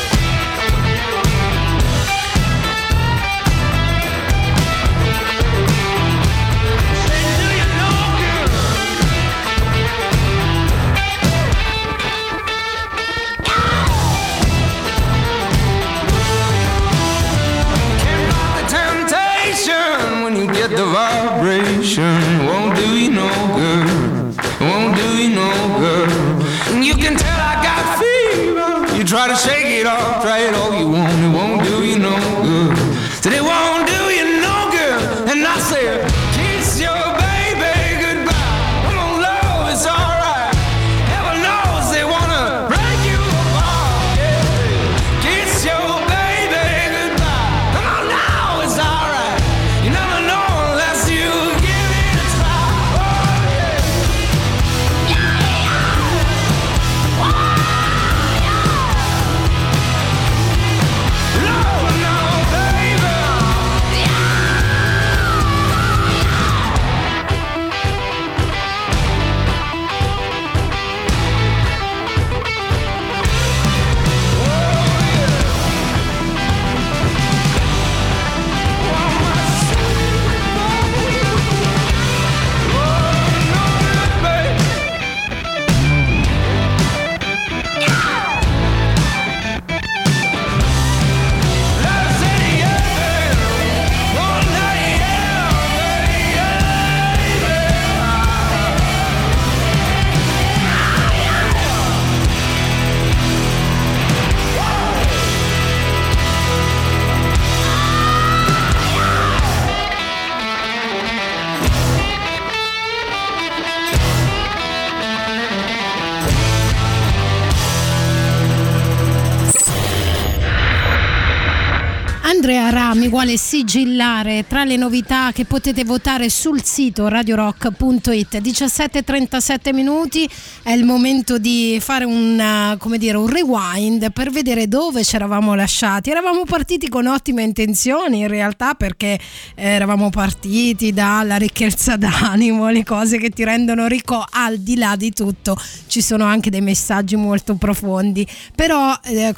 Andrea Rami vuole sigillare tra le novità che potete votare sul sito radiorock.it. 17:37 minuti, è il momento di fare un rewind per vedere dove ci eravamo lasciati. Eravamo partiti con ottime intenzioni in realtà, perché eravamo partiti dalla ricchezza d'animo, le cose che ti rendono ricco. Al di là di tutto ci sono anche dei messaggi molto profondi, però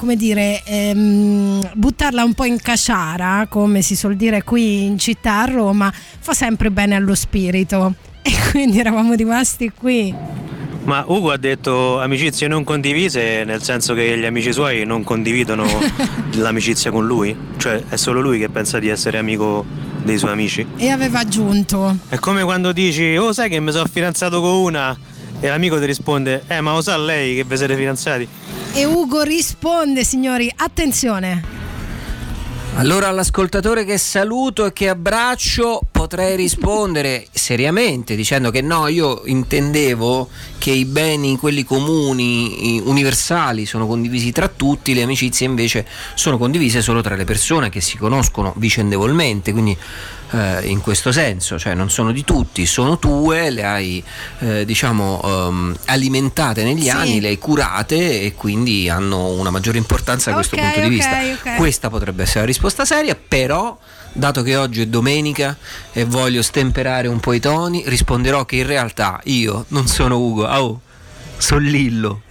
buttarla un po' in caciara, come si suol dire qui in città a Roma, fa sempre bene allo spirito, e quindi eravamo rimasti qui. Ma Ugo ha detto amicizie non condivise, nel senso che gli amici suoi non condividono l'amicizia con lui? Cioè è solo lui che pensa di essere amico dei suoi amici? E aveva aggiunto: è come quando dici "oh, sai che mi sono fidanzato con una", e l'amico ti risponde "ma lo sa lei che vi siete fidanzati?". E Ugo risponde, signori, attenzione. Allora, all'ascoltatore che saluto e che abbraccio potrei rispondere seriamente dicendo che no, io intendevo che i beni, quelli comuni, universali, sono condivisi tra tutti, le amicizie invece sono condivise solo tra le persone che si conoscono vicendevolmente, quindi in questo senso, cioè non sono di tutti, sono tue, le hai alimentate negli anni, le hai curate e quindi hanno una maggiore importanza da questo punto di vista. Questa potrebbe essere la risposta seria, però dato che oggi è domenica e voglio stemperare un po' i toni, risponderò che in realtà io non sono Ugo, sono Lillo.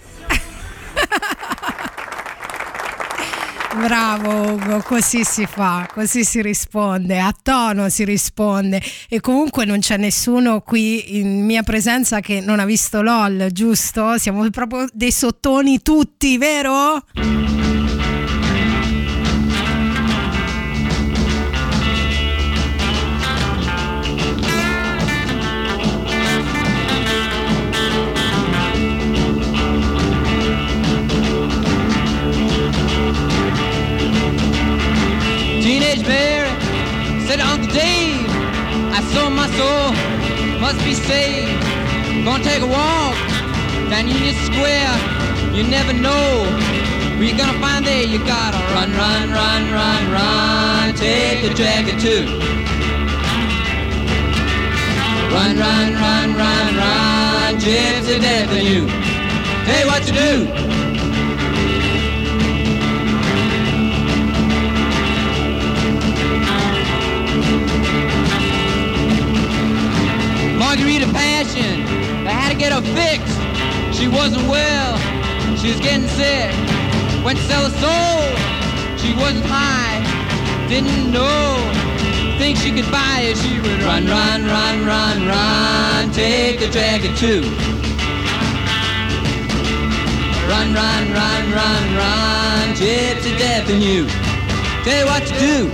Bravo Ugo, così si fa, così si risponde, a tono si risponde. E comunque non c'è nessuno qui in mia presenza che non ha visto LOL, giusto? Siamo proprio dei sottoni tutti, vero? Teenage Mary said to Uncle Dave, I sold my soul, must be saved. Gonna take a walk down Union Square, you never know where you're gonna find there. You gotta run, run, run, run, run, take the dragon too. Run, run, run, run, run, gypsy death than you. Tell you what you do. Margarita Passion, I had to get her fixed. She wasn't well, she was getting sick. Went to sell her soul, she wasn't high, didn't know. Think she could buy it, she would run, run, run, run, run, take the dragon too. Run, run, run, run, run, gypsy death in you. Tell you what to do.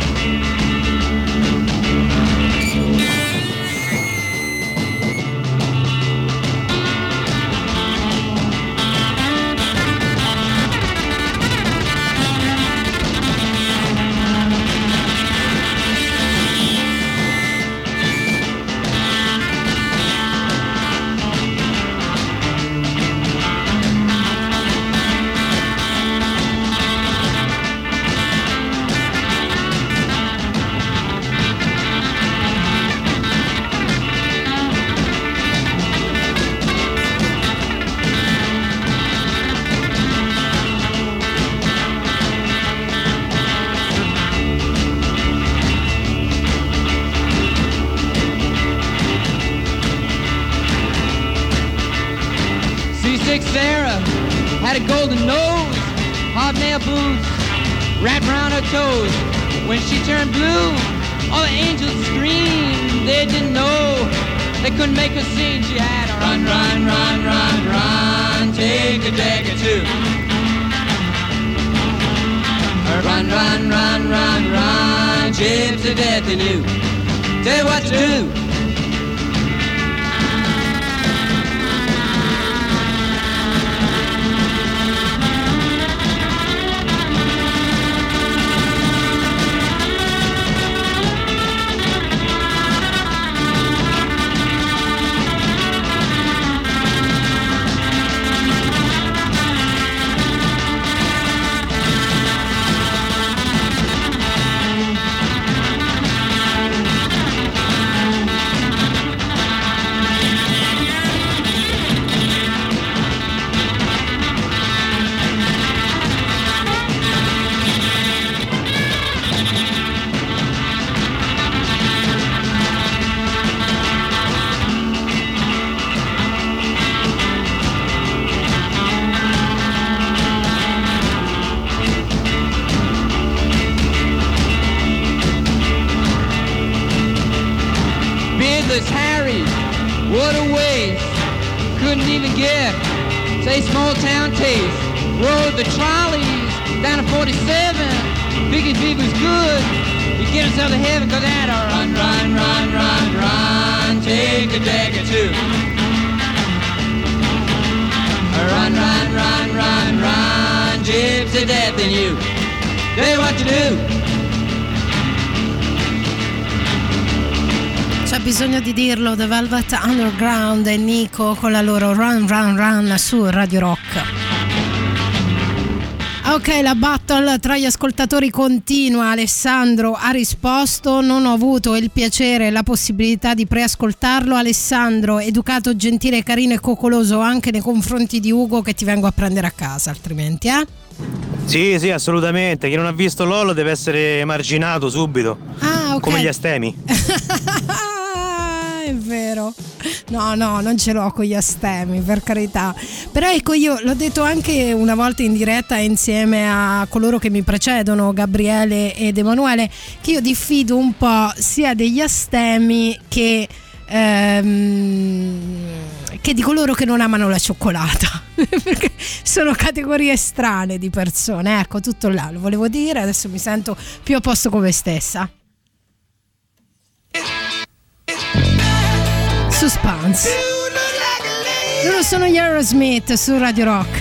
Sarah had a golden nose, hobnail boots wrapped around her toes. When she turned blue, all the angels screamed. They didn't know, they couldn't make her sing. She had a run, run, run, run, run, take a dagger too. Run, run, run, run, run, gypsy death in you. Tell you what to do. What a waste. Couldn't even get, say, small town taste. Rode the trolleys down to 47. Figured if it was good, he'd get himself to heaven, cause that run, run, run, run, run, take a deck or two. Run, run, run, run, run, gypsy death in you. Tell you what to do. C'è bisogno di dirlo, The Velvet Underground e Nico con la loro Run Run Run su Radio Rock. Ok, la battle tra gli ascoltatori continua. Alessandro ha risposto, non ho avuto il piacere e la possibilità di preascoltarlo. Alessandro, educato, gentile, carino e coccoloso anche nei confronti di Ugo, che ti vengo a prendere a casa altrimenti, Sì, sì, assolutamente. Chi non ha visto Lolo deve essere emarginato subito. Ah, ok. Come gli astemi. È vero. No, non ce l'ho con gli astemi, per carità. Però ecco, io l'ho detto anche una volta in diretta insieme a coloro che mi precedono, Gabriele ed Emanuele, che io diffido un po' sia degli astemi che di coloro che non amano la cioccolata. Perché sono categorie strane di persone. Ecco, tutto là, lo volevo dire, adesso mi sento più a posto con me stessa. Suspense. Loro sono gli Aerosmith su Radio Rock.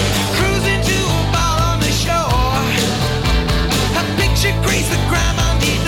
Grace the crime on the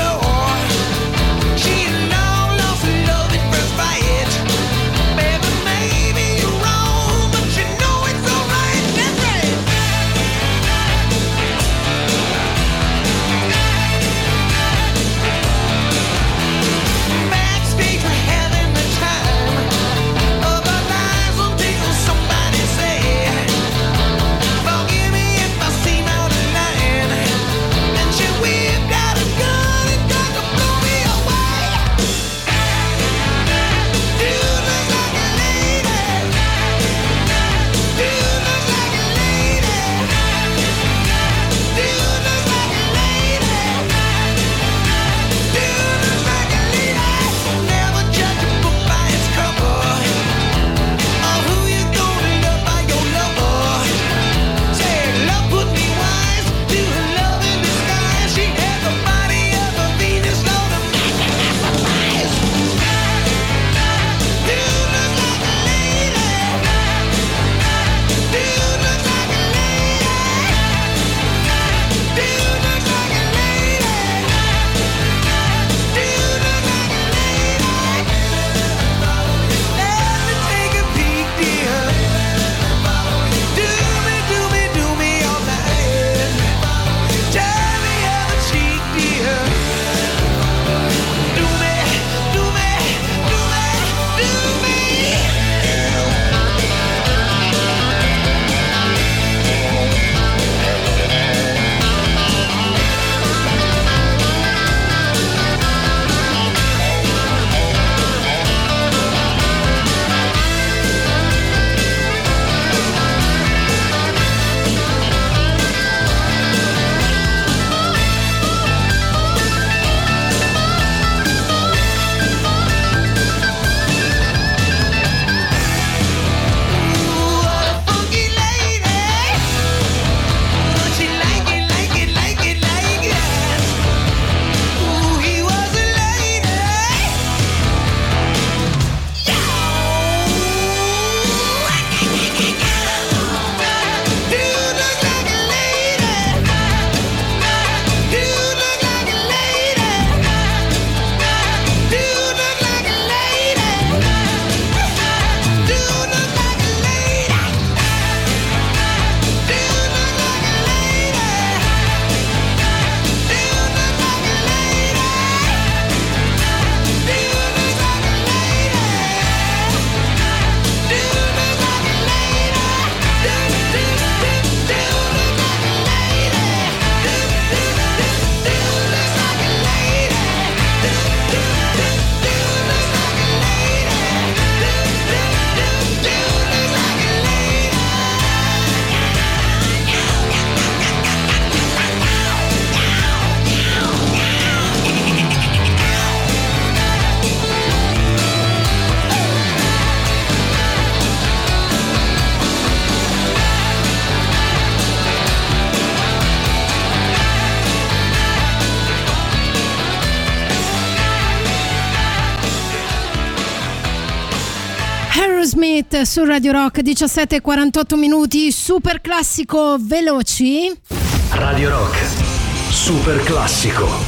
Aerosmith su Radio Rock, 17:48 minuti, super classico veloci. Radio Rock, super classico.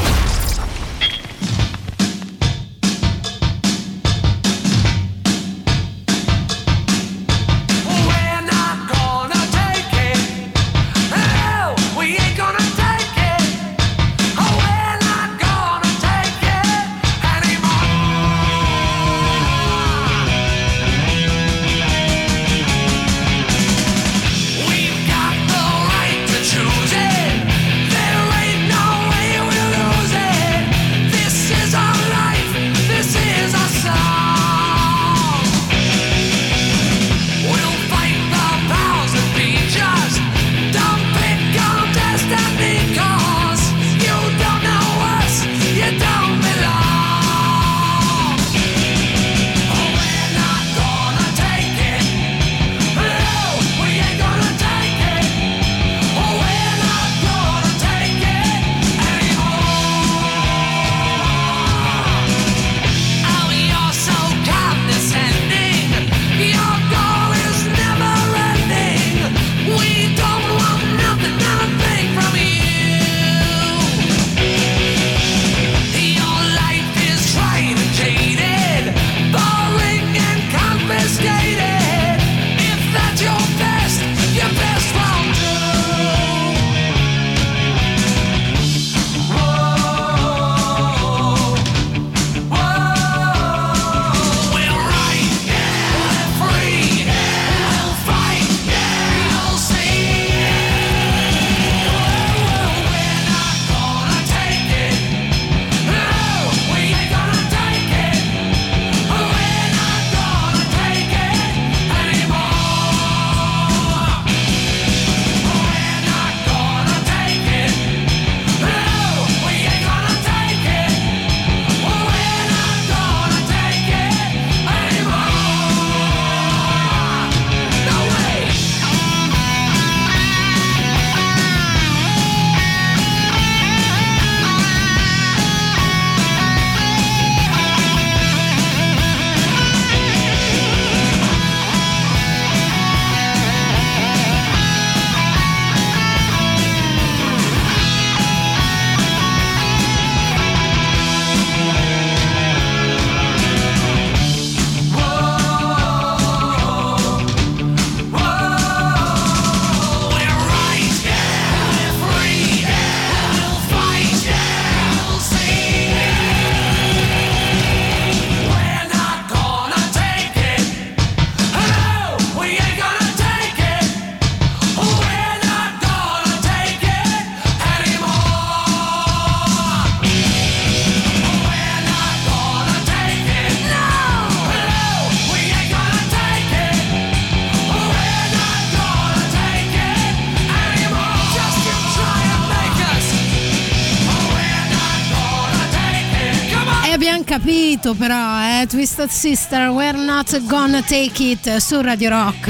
Capito però, Twisted Sister, We're Not Gonna Take It su Radio Rock.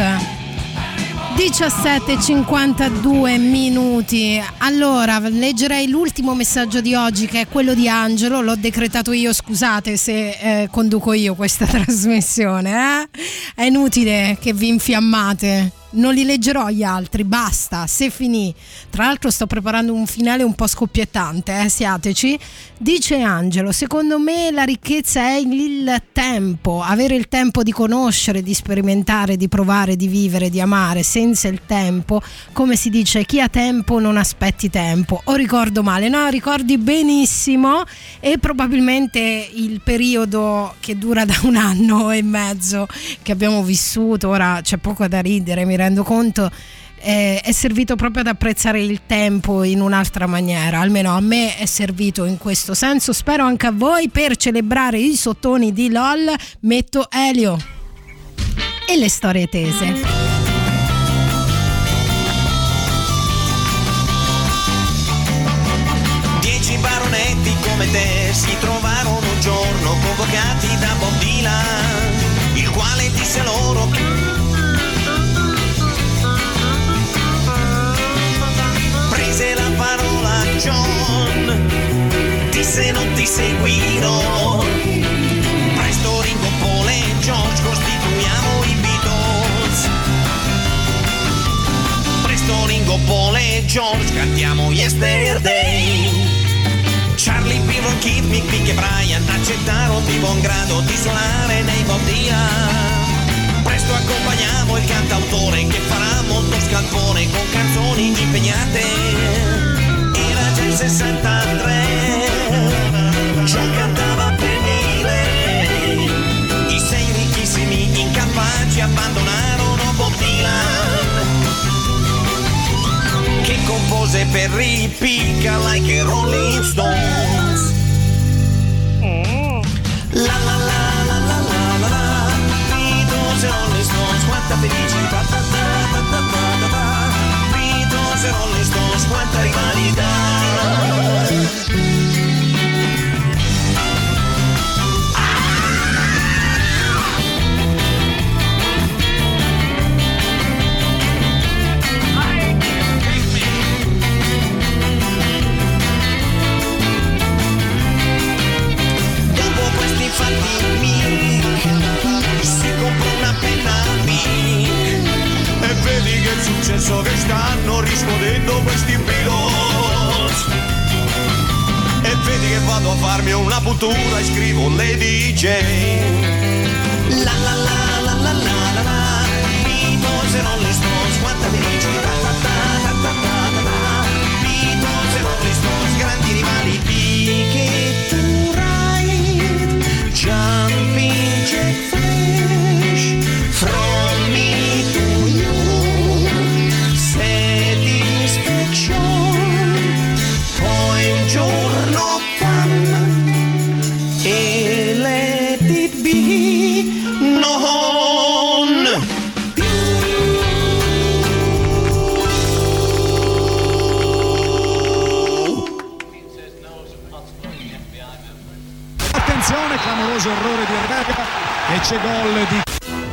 17:52 minuti. Allora, leggerei l'ultimo messaggio di oggi, che è quello di Angelo. L'ho decretato io, scusate se conduco io questa trasmissione, È inutile che vi infiammate. Non li leggerò gli altri, basta, se finì. Tra l'altro sto preparando un finale un po' scoppiettante, siateci. Dice Angelo, secondo me la ricchezza è il tempo, avere il tempo di conoscere, di sperimentare, di provare, di vivere, di amare. Senza il tempo, come si dice, chi ha tempo non aspetti tempo. O ricordo male? No, ricordi benissimo. E probabilmente il periodo che dura da 1 anno e mezzo che abbiamo vissuto, ora c'è poco da ridere, mi rendo conto, è servito proprio ad apprezzare il tempo in un'altra maniera. Almeno a me è servito in questo senso, spero anche a voi. Per celebrare i sottoni di LOL metto Elio e le storie tese. 10 baronetti come te si trovarono un giorno convocati da Bob Dylan, il quale disse loro: prese la parola John, disse non ti seguirò. Presto Ringo, Paul e George costituirono their day. Charlie, Piron, Keith, Mick, Mick e Brian accettarono di buon grado di suonare nei Bob Dylan. Presto accompagniamo il cantautore che farà molto scalpore con canzoni impegnate. Era già il 63, già cantava per mille. I sei ricchissimi incapaci abbandonarono Bob Dylan, che compose per ripicca like a Rolling Stones. La la la la la la la la, Beatles e Rolling Stones, quanta felicità, ta ta ta ta ta ta, Beatles e Rolling Stones, quanta rivalità. Si compra una penna Bic e vedi che il successo che stanno riscuotendo questi Beatles. E vedi che vado a farmi una puntura e scrivo le DJ. La la la la la la la la, Beatles e Rolling Stones, quanta felicità, ta ta ta ta ta ta, Beatles e Rolling Stones, grandi rivali. Ticket to Ride, Jumping Jack Flash, From Me to You, Satisfaction, poi un giorno Fun e Let It Be, non più. Attenzione, clamoroso errore di Herrera e c'è gol di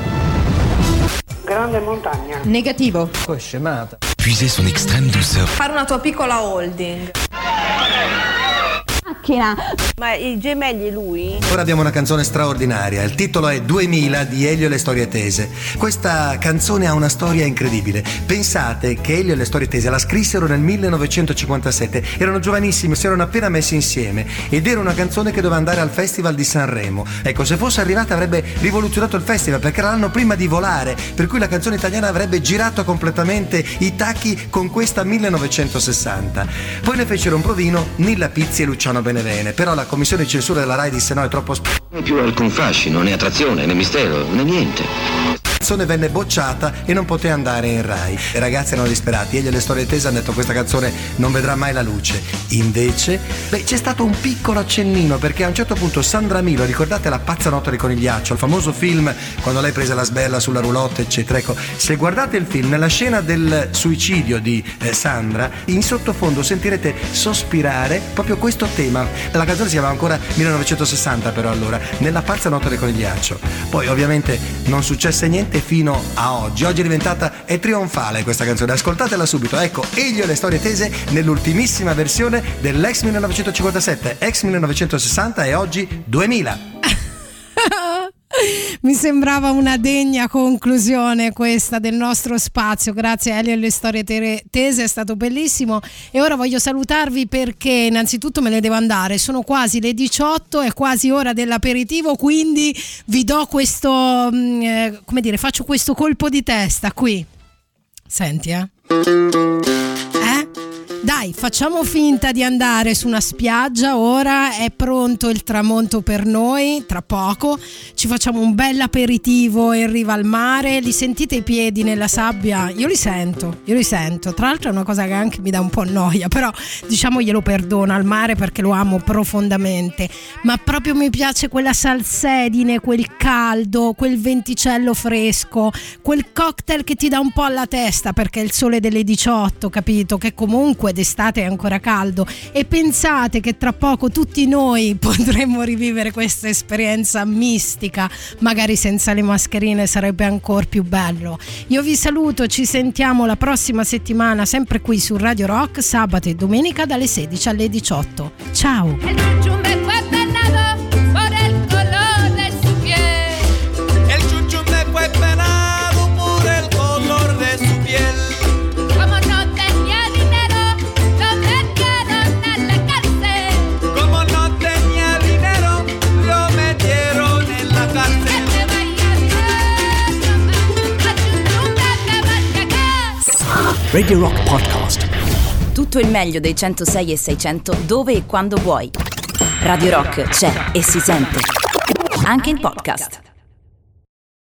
Grande montagna. Negativo. Poi scemata. Puiser son extrême douceur. Fare una tua piccola holding. Macchina. Ma i gemelli e lui? Ora abbiamo una canzone straordinaria, il titolo è 2000 di Elio e le storie tese. Questa canzone ha una storia incredibile. Pensate che Elio e le storie tese la scrissero nel 1957, erano giovanissimi, si erano appena messi insieme ed era una canzone che doveva andare al Festival di Sanremo. Ecco, se fosse arrivata avrebbe rivoluzionato il festival perché era l'anno prima di Volare, per cui la canzone italiana avrebbe girato completamente i tacchi con questa 1960. Poi ne fecero un provino Nilla Pizzi e Luciano Benevene, però la commissione di censura della Rai disse no, è troppo Non più alcun fascino, né attrazione, né mistero, né niente. La canzone venne bocciata e non poté andare in Rai. I ragazzi erano disperati, Elio e le storie tese hanno detto questa canzone non vedrà mai la luce. Invece, c'è stato un piccolo accennino perché a un certo punto Sandra Milo, ricordate La pazza notte del conigliaccio, il famoso film quando lei prese la sbella sulla roulotte eccetera, ecco, se guardate il film, nella scena del suicidio di Sandra, in sottofondo sentirete sospirare proprio questo tema. La canzone si chiamava ancora 1960 però allora, nella pazza notte del conigliaccio. Poi ovviamente non successe niente fino a oggi. Oggi è diventata, è trionfale questa canzone, ascoltatela subito. Ecco, Elio e le storie tese nell'ultimissima versione dell'ex 1957, ex 1960 e oggi 2000. Mi sembrava una degna conclusione questa del nostro spazio. Grazie a Elio e le storie tese, è stato bellissimo. E ora voglio salutarvi perché innanzitutto me ne devo andare, sono quasi le 18, è quasi ora dell'aperitivo, quindi vi do questo come dire, faccio questo colpo di testa qui. Senti, dai, facciamo finta di andare su una spiaggia, ora è pronto il tramonto per noi, tra poco ci facciamo un bel aperitivo in riva al mare, li sentite i piedi nella sabbia? Io li sento, tra l'altro è una cosa che anche mi dà un po' noia, però diciamo glielo perdono al mare perché lo amo profondamente, ma proprio mi piace quella salsedine, quel caldo, quel venticello fresco, quel cocktail che ti dà un po' alla testa perché è il sole delle 18, capito? Che comunque d'estate è ancora caldo e pensate che tra poco tutti noi potremmo rivivere questa esperienza mistica, magari senza le mascherine sarebbe ancora più bello. Io vi saluto, ci sentiamo la prossima settimana sempre qui su Radio Rock, sabato e domenica dalle 16 alle 18. Ciao! Como no tenía dinero, lo metí Radio Rock Podcast. Tutto il meglio dei 106 e 600 dove e quando vuoi. Radio Rock c'è e si sente. Anche in podcast.